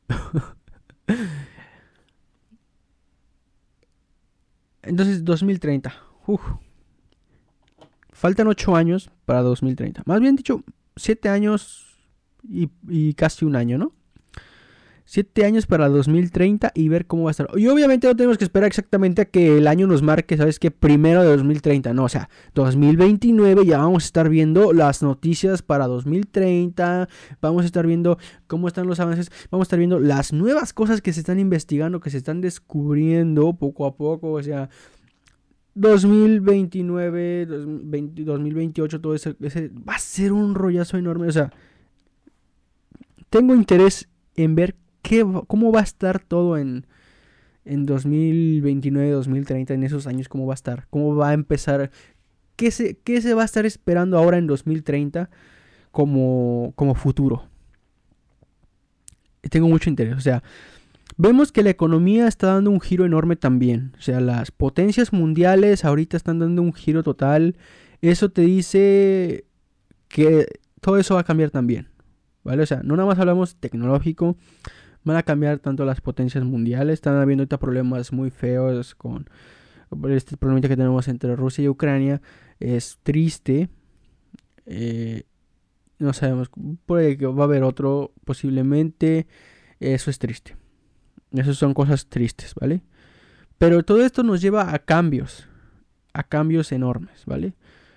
Entonces, dos mil treinta. Uf. Faltan ocho años para dos mil treinta. Más bien dicho, siete años y, y casi un año, ¿no? siete años para dos mil treinta y ver cómo va a estar. Y obviamente no tenemos que esperar exactamente a que el año nos marque, ¿sabes qué? Primero de dos mil treinta. No, o sea, dos mil veintinueve ya vamos a estar viendo las noticias para dos mil treinta. Vamos a estar viendo cómo están los avances. Vamos a estar viendo las nuevas cosas que se están investigando, que se están descubriendo poco a poco. O sea, dos mil veintinueve, dos mil veinte, dos mil veintiocho, todo ese, ese va a ser un rollazo enorme. O sea, tengo interés en ver ¿Qué, ¿Cómo va a estar todo en, en dos mil veintinueve, dos mil treinta, en esos años? ¿Cómo va a estar? ¿Cómo va a empezar? ¿Qué se, qué se va a estar esperando ahora en dos mil treinta como, como futuro? Tengo mucho interés. O sea, vemos que la economía está dando un giro enorme también. O sea, las potencias mundiales ahorita están dando un giro total. Eso te dice que todo eso va a cambiar también, ¿vale? O sea, no nada más hablamos tecnológico. Van a cambiar tanto las potencias mundiales. Están habiendo ahorita problemas muy feos con este problema que tenemos entre Rusia y Ucrania. Es triste. Eh, no sabemos. Puede que va a haber otro posiblemente. Eso es triste. Esas son cosas tristes, ¿vale? Pero todo esto nos lleva a cambios. A cambios enormes, ¿vale?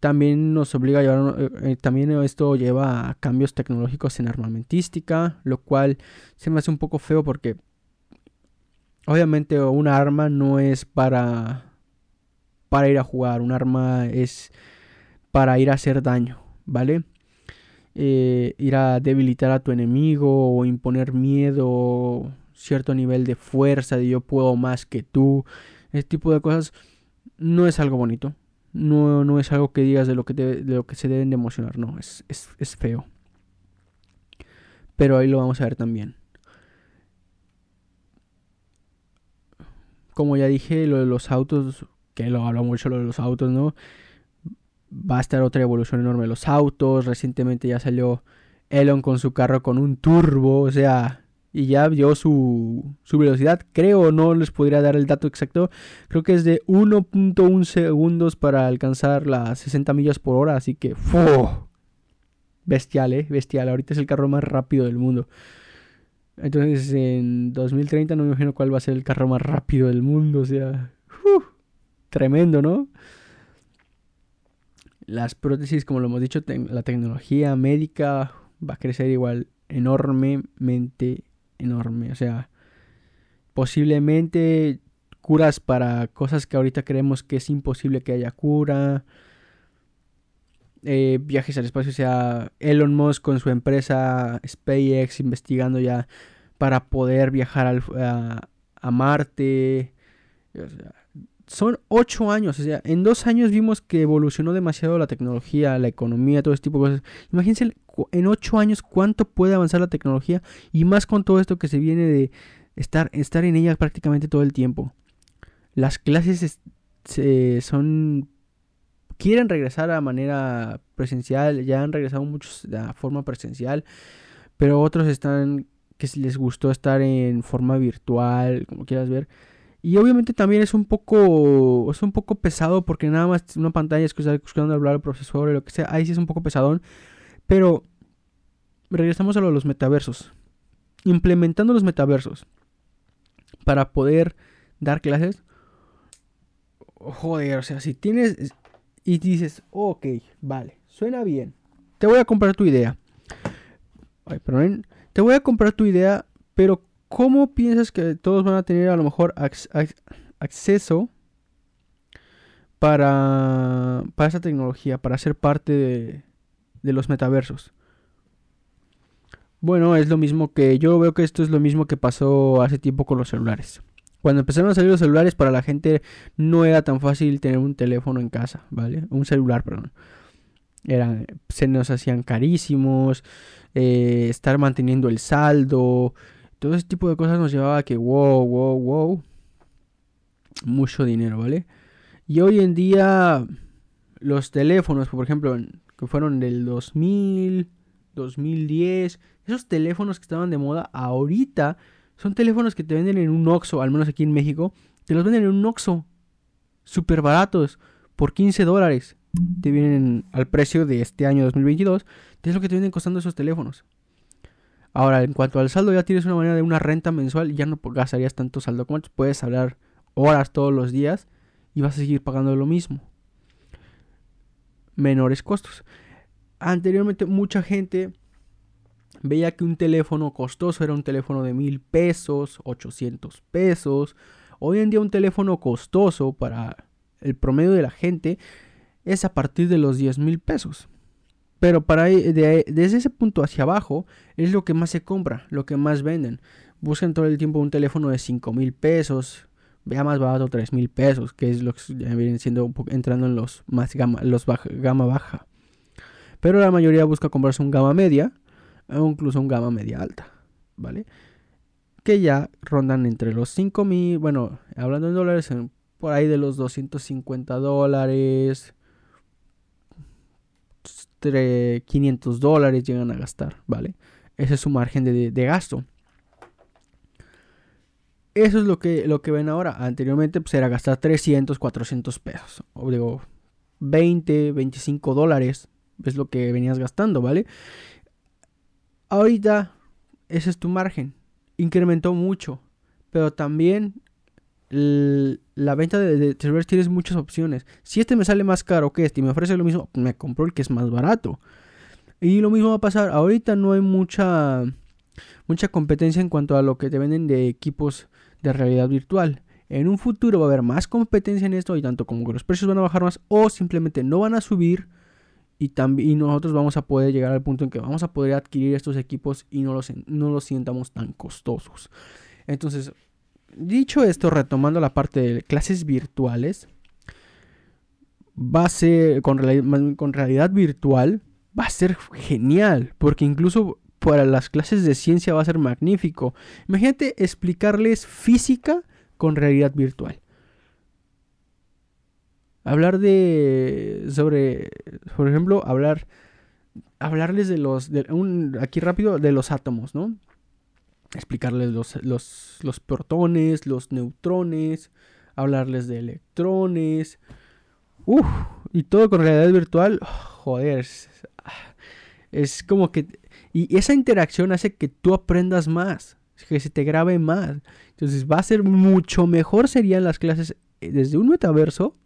También nos obliga a llevar, eh, eh, también esto lleva a cambios tecnológicos en armamentística, lo cual se me hace un poco feo porque obviamente un arma no es para, para ir a jugar, un arma es para ir a hacer daño, ¿vale? Eh, ir a debilitar a tu enemigo o imponer miedo, cierto nivel de fuerza, de yo puedo más que tú, ese tipo de cosas no es algo bonito. No, no es algo que digas de lo que, te, de lo que se deben de emocionar, no, es, es, es feo. Pero ahí lo vamos a ver también. Como ya dije, lo de los autos, que lo hablo mucho lo de los autos, ¿no? Va a estar otra evolución enorme de los autos. Recientemente ya salió Elon con su carro con un turbo, o sea, y ya vio su, su velocidad. Creo, no les podría dar el dato exacto. Creo que es de uno punto uno segundos para alcanzar las sesenta millas por hora. Así que, ¡fu! Bestial, ¿eh? Bestial. Ahorita es el carro más rápido del mundo. Entonces, en dos mil treinta no me imagino cuál va a ser el carro más rápido del mundo. O sea, ¡fu! Tremendo, ¿no? Las prótesis, como lo hemos dicho, te- la tecnología médica va a crecer igual enormemente enorme. O sea, posiblemente curas para cosas que ahorita creemos que es imposible que haya cura. Eh, viajes al espacio, o sea, Elon Musk con su empresa SpaceX investigando ya para poder viajar al, a, a Marte. O sea, son ocho años, o sea, en dos años vimos que evolucionó demasiado la tecnología, la economía, todo este tipo de cosas. Imagínense en ocho años cuánto puede avanzar la tecnología y más con todo esto que se viene de estar, estar en ella prácticamente todo el tiempo. Las clases es, se, son... quieren regresar a manera presencial, ya han regresado muchos de forma presencial, pero otros están que si les gustó estar en forma virtual, como quieras ver. Y obviamente también es un poco es un poco pesado porque nada más una pantalla escuchando hablar al profesor o lo que sea, ahí sí es un poco pesadón, pero regresamos a lo de los metaversos. Implementando los metaversos para poder dar clases, joder, o sea, si tienes y dices, oh, ok, vale, suena bien, te voy a comprar tu idea. Ay, perdón, te voy a comprar tu idea, pero ¿cómo piensas que todos van a tener a lo mejor ac- ac- acceso para, para esa tecnología, para ser parte de, de los metaversos? Bueno, es lo mismo que yo veo que esto es lo mismo que pasó hace tiempo con los celulares. Cuando empezaron a salir los celulares, para la gente no era tan fácil tener un teléfono en casa, ¿vale? Un celular, perdón. Eran, se nos hacían carísimos, eh, estar manteniendo el saldo, todo ese tipo de cosas nos llevaba a que wow, wow, wow, mucho dinero, ¿vale? Y hoy en día los teléfonos, por ejemplo, que fueron del dos mil, dos mil diez, esos teléfonos que estaban de moda ahorita son teléfonos que te venden en un Oxxo, al menos aquí en México, te los venden en un Oxxo, súper baratos, por quince dólares. Te vienen al precio de este año dos mil veintidós, ¿qué es lo que te vienen costando esos teléfonos? Ahora, en cuanto al saldo, ya tienes una manera de una renta mensual y ya no gastarías tanto saldo como antes. Puedes hablar horas todos los días y vas a seguir pagando lo mismo. Menores costos. Anteriormente mucha gente veía que un teléfono costoso era un teléfono de mil pesos, ochocientos pesos. Hoy en día un teléfono costoso para el promedio de la gente es a partir de los diez mil pesos. Pero para de, desde ese punto hacia abajo es lo que más se compra, lo que más venden. Buscan todo el tiempo un teléfono de cinco mil pesos, vea más barato tres mil pesos, que es lo que ya vienen siendo un poco, entrando en los más gama, los baja, gama baja. Pero la mayoría busca comprarse un gama media o incluso un gama media alta, ¿vale? Que ya rondan entre los cinco mil, bueno, hablando en dólares, en, por ahí de los doscientos cincuenta dólares. quinientos dólares llegan a gastar, ¿vale? Ese es su margen de, de gasto. Eso es lo que, lo que ven ahora. Anteriormente pues era gastar trescientos, cuatrocientos pesos. O digo, veinte, veinticinco dólares es lo que venías gastando, ¿vale? Ahorita ese es tu margen. Incrementó mucho. Pero también el- la venta de, de servidores tienes muchas opciones. Si este me sale más caro que este y me ofrece lo mismo, me compro el que es más barato. Y lo mismo va a pasar. Ahorita no hay mucha, mucha competencia en cuanto a lo que te venden de equipos de realidad virtual. En un futuro va a haber más competencia en esto y tanto como que los precios van a bajar más o simplemente no van a subir y, también, y nosotros vamos a poder llegar al punto en que vamos a poder adquirir estos equipos y no los, no los sientamos tan costosos. Entonces, dicho esto, retomando la parte de clases virtuales, va a ser con, reali- con realidad virtual, va a ser genial, porque incluso para las clases de ciencia va a ser magnífico. Imagínate explicarles física con realidad virtual. Hablar de sobre, por ejemplo, hablar hablarles de los de un, aquí rápido de los átomos, ¿no? Explicarles los, los, los protones, los neutrones, hablarles de electrones. Uf, y todo con realidad virtual. Joder, es, es como que... Y esa interacción hace que tú aprendas más, que se te grabe más. Entonces va a ser mucho mejor serían las clases desde un metaverso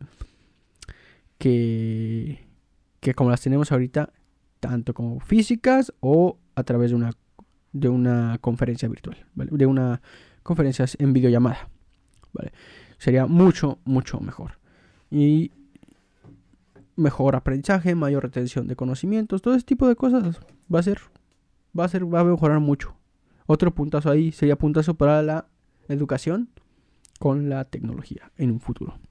que, que como las tenemos ahorita, tanto como físicas o a través de una, de una conferencia virtual, ¿vale? De una conferencia en videollamada, ¿vale? Sería mucho, mucho mejor. Y mejor aprendizaje, mayor retención de conocimientos, todo ese tipo de cosas va a ser, va a ser, va a mejorar mucho. Otro puntazo ahí sería puntazo para la educación con la tecnología en un futuro.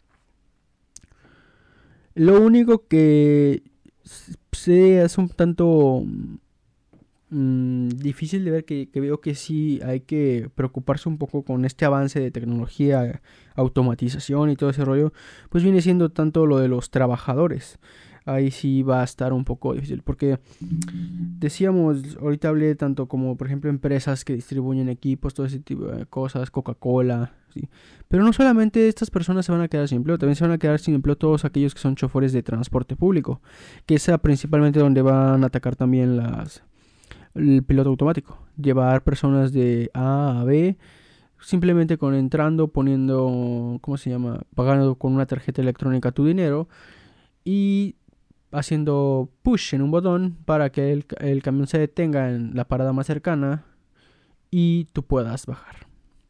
Lo único que se es un tanto mmm, difícil de ver, que, que veo que sí hay que preocuparse un poco con este avance de tecnología, automatización y todo ese rollo, pues viene siendo tanto lo de los trabajadores. Ahí sí va a estar un poco difícil, porque decíamos, ahorita hablé tanto como por ejemplo empresas que distribuyen equipos, todo ese tipo de cosas, Coca-Cola, ¿sí? Pero no solamente estas personas se van a quedar sin empleo, también se van a quedar sin empleo todos aquellos que son choferes de transporte público, que es principalmente donde van a atacar también las el piloto automático, llevar personas de A a B simplemente con entrando, poniendo, ¿cómo se llama? Pagando con una tarjeta electrónica tu dinero y haciendo push en un botón para que el, el camión se detenga en la parada más cercana y tú puedas bajar.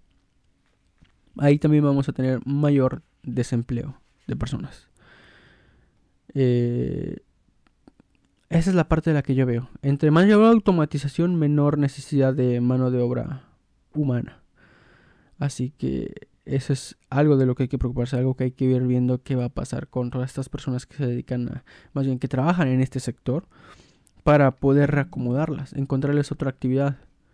Ahí también vamos a tener mayor desempleo de personas. Eh, esa es la parte de la que yo veo. Entre mayor automatización, menor necesidad de mano de obra humana. Así que eso es algo de lo que hay que preocuparse, algo que hay que ir viendo qué va a pasar con todas estas personas que se dedican a, más bien que trabajan en este sector, para poder reacomodarlas, encontrarles otra actividad,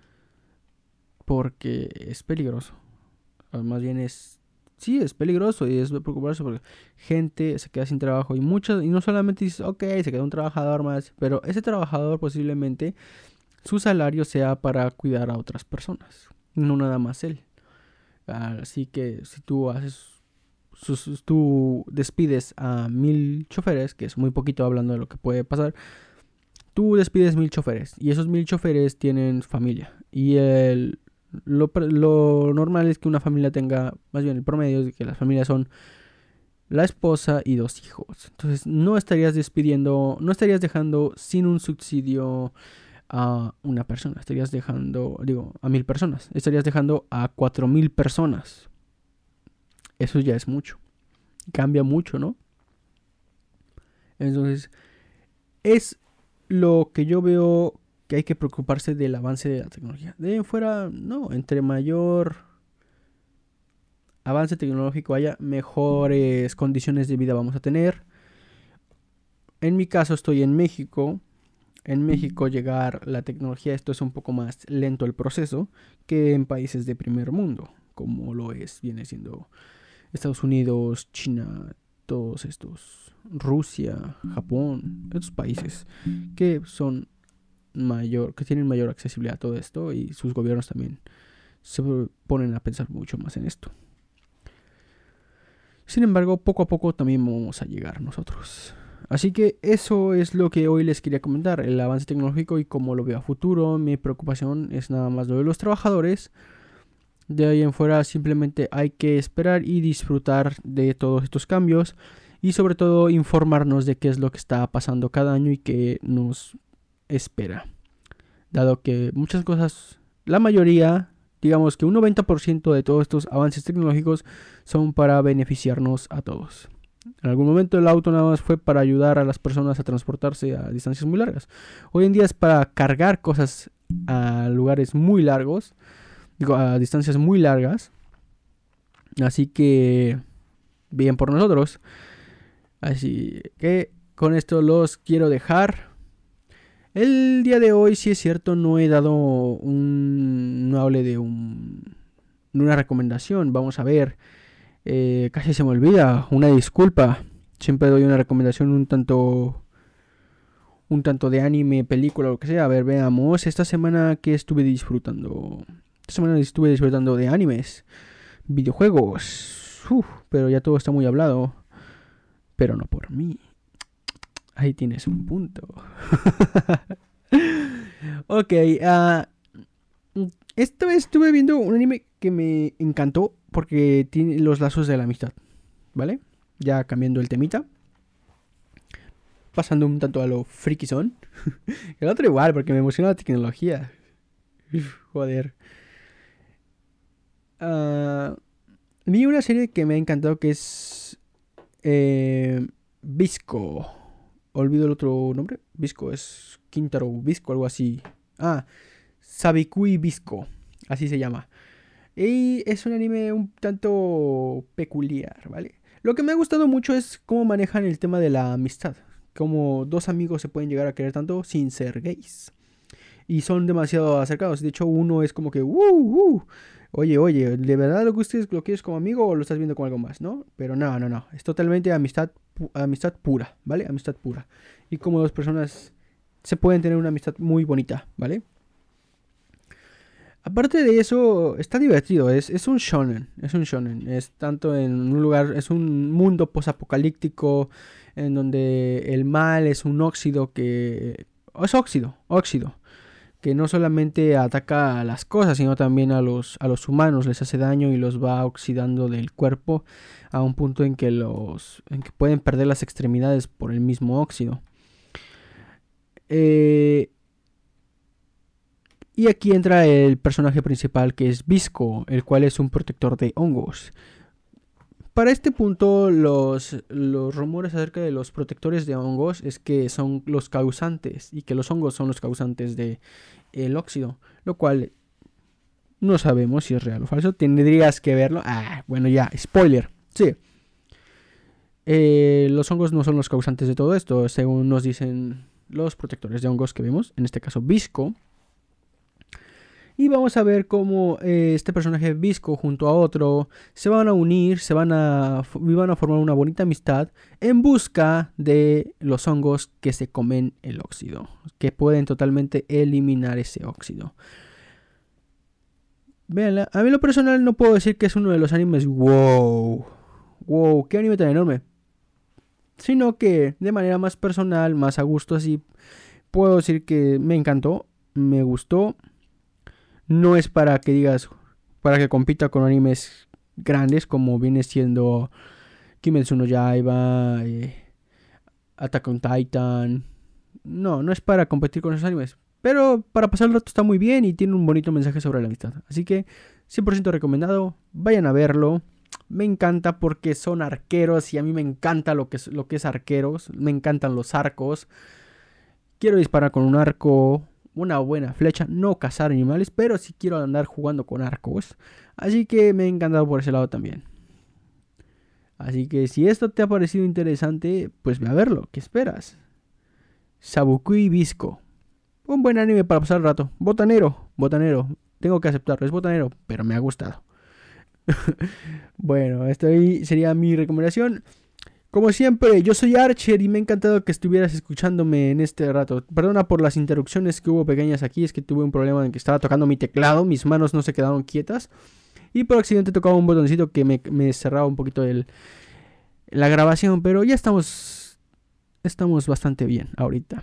porque es peligroso. Más bien es, sí, es peligroso y es de preocuparse porque gente se queda sin trabajo y muchas, y no solamente dices, ok, se queda un trabajador más, pero ese trabajador posiblemente su salario sea para cuidar a otras personas, no nada más él. Así que si tú haces, sus, tú despides a mil choferes, que es muy poquito hablando de lo que puede pasar, tú despides mil choferes y esos mil choferes tienen familia y el, lo, lo normal es que una familia tenga, más bien el promedio es que las familias son la esposa y dos hijos. Entonces no estarías despidiendo, no estarías dejando sin un subsidio a una persona, estarías dejando, digo, a mil personas, estarías dejando a cuatro mil personas. Eso ya es mucho, cambia mucho, ¿no? Entonces, es lo que yo veo que hay que preocuparse del avance de la tecnología. De ahí en fuera, no, entre mayor avance tecnológico haya, mejores condiciones de vida vamos a tener. En mi caso estoy en México. En México llegar la tecnología, esto es un poco más lento el proceso que en países de primer mundo, como lo es, viene siendo Estados Unidos, China, todos estos, Rusia, Japón, estos países que son mayor, que tienen mayor accesibilidad a todo esto y sus gobiernos también se ponen a pensar mucho más en esto. Sin embargo, poco a poco también vamos a llegar nosotros. Así que eso es lo que hoy les quería comentar, el avance tecnológico y cómo lo veo a futuro. Mi preocupación es nada más lo de los trabajadores, De ahí en fuera simplemente hay que esperar y disfrutar de todos estos cambios y sobre todo informarnos de qué es lo que está pasando cada año y qué nos espera. Dado que muchas cosas, la mayoría, digamos que un noventa por ciento de todos estos avances tecnológicos son para beneficiarnos a todos. En algún momento el auto nada más fue para ayudar a las personas a transportarse a distancias muy largas. Hoy en día es para cargar cosas a lugares muy largos, digo, a distancias muy largas. Así que bien por nosotros. Así que con esto los quiero dejar. El día de hoy, sí es cierto, no he dado un... no hablé de un... de una recomendación. Vamos a ver. Eh, casi se me olvida. Una disculpa. Siempre doy una recomendación un tanto... un tanto de anime, película, lo que sea. A ver, veamos. Esta semana que estuve disfrutando. Esta semana estuve disfrutando de animes, videojuegos. Uf, pero ya todo está muy hablado. Pero no por mí. Ahí tienes un punto. Ok. Uh, esta vez estuve viendo un anime que me encantó porque tiene los lazos de la amistad. ¿Vale? Ya cambiando el temita. Pasando un tanto a lo friki son. El otro igual, porque me emociona la tecnología. Uf, joder. Uh, vi una serie que me ha encantado que es... Eh, Visco. Olvido el otro nombre. Visco es Quintaro Visco, algo así. Ah, Sabikui Visco. Así se llama. Y es un anime un tanto peculiar, ¿vale? Lo que me ha gustado mucho es cómo manejan el tema de la amistad. Como dos amigos se pueden llegar a querer tanto sin ser gays. Y son demasiado acercados. De hecho, uno es como que... Uh, uh, oye, oye, ¿de verdad lo que ustedes lo quieres como amigo o lo estás viendo como algo más, no? Pero no, no, no. Es totalmente amistad, pu- amistad pura, ¿vale? Amistad pura. Y como dos personas se pueden tener una amistad muy bonita, ¿vale? Aparte de eso, está divertido. Es, es un shonen. Es un shonen. Es tanto en un lugar... Es un mundo posapocalíptico en donde el mal es un óxido que... Es óxido, óxido. Que no solamente ataca a las cosas, sino también a los, a los humanos, les hace daño y los va oxidando del cuerpo a un punto en que, los, en que pueden perder las extremidades por el mismo óxido. Eh, y aquí entra el personaje principal que es Visco, el cual es un protector de hongos. Para este punto, los, los rumores acerca de los protectores de hongos es que son los causantes y que los hongos son los causantes de el óxido, lo cual no sabemos si es real o falso. Tendrías que verlo. Ah, bueno, ya, spoiler. Sí. Eh, los hongos no son los causantes de todo esto, según nos dicen los protectores de hongos que vemos, en este caso Visco. Y vamos a ver cómo eh, este personaje Visco junto a otro se van a unir, se van a, van a formar una bonita amistad en busca de los hongos que se comen el óxido, que pueden totalmente eliminar ese óxido. Véanla, a mí en lo personal no puedo decir que es uno de los animes wow, wow, qué anime tan enorme, sino que de manera más personal, más a gusto así, puedo decir que me encantó, me gustó. No es para que digas, para que compita con animes grandes como viene siendo Kimetsu no Yaiba, eh, Attack on Titan. No, no es para competir con esos animes. Pero para pasar el rato está muy bien y tiene un bonito mensaje sobre la amistad. Así que cien por ciento recomendado, vayan a verlo. Me encanta porque son arqueros y a mí me encanta lo que es, lo que es arqueros. Me encantan los arcos. Quiero disparar con un arco, una buena flecha, no cazar animales, pero sí quiero andar jugando con arcos. Así que me ha encantado por ese lado también. Así que si esto te ha parecido interesante, pues ve a verlo. ¿Qué esperas? Sabikui Visco. Un buen anime para pasar el rato. Botanero, botanero. Tengo que aceptarlo, es botanero, pero me ha gustado. Bueno, esto ahí sería mi recomendación. Como siempre, yo soy Archer y me ha encantado que estuvieras escuchándome en este rato. Perdona por las interrupciones que hubo pequeñas aquí, es que tuve un problema en que estaba tocando mi teclado, mis manos no se quedaron quietas. Y por accidente tocaba un botoncito que me, me cerraba un poquito el, la grabación, pero ya estamos, estamos bastante bien ahorita.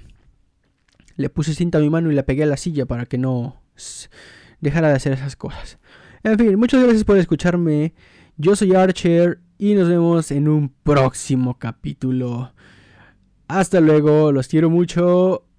Le puse cinta a mi mano y la pegué a la silla para que no dejara de hacer esas cosas. En fin, muchas gracias por escucharme. Yo soy Archer y nos vemos en un próximo capítulo. Hasta luego, los quiero mucho.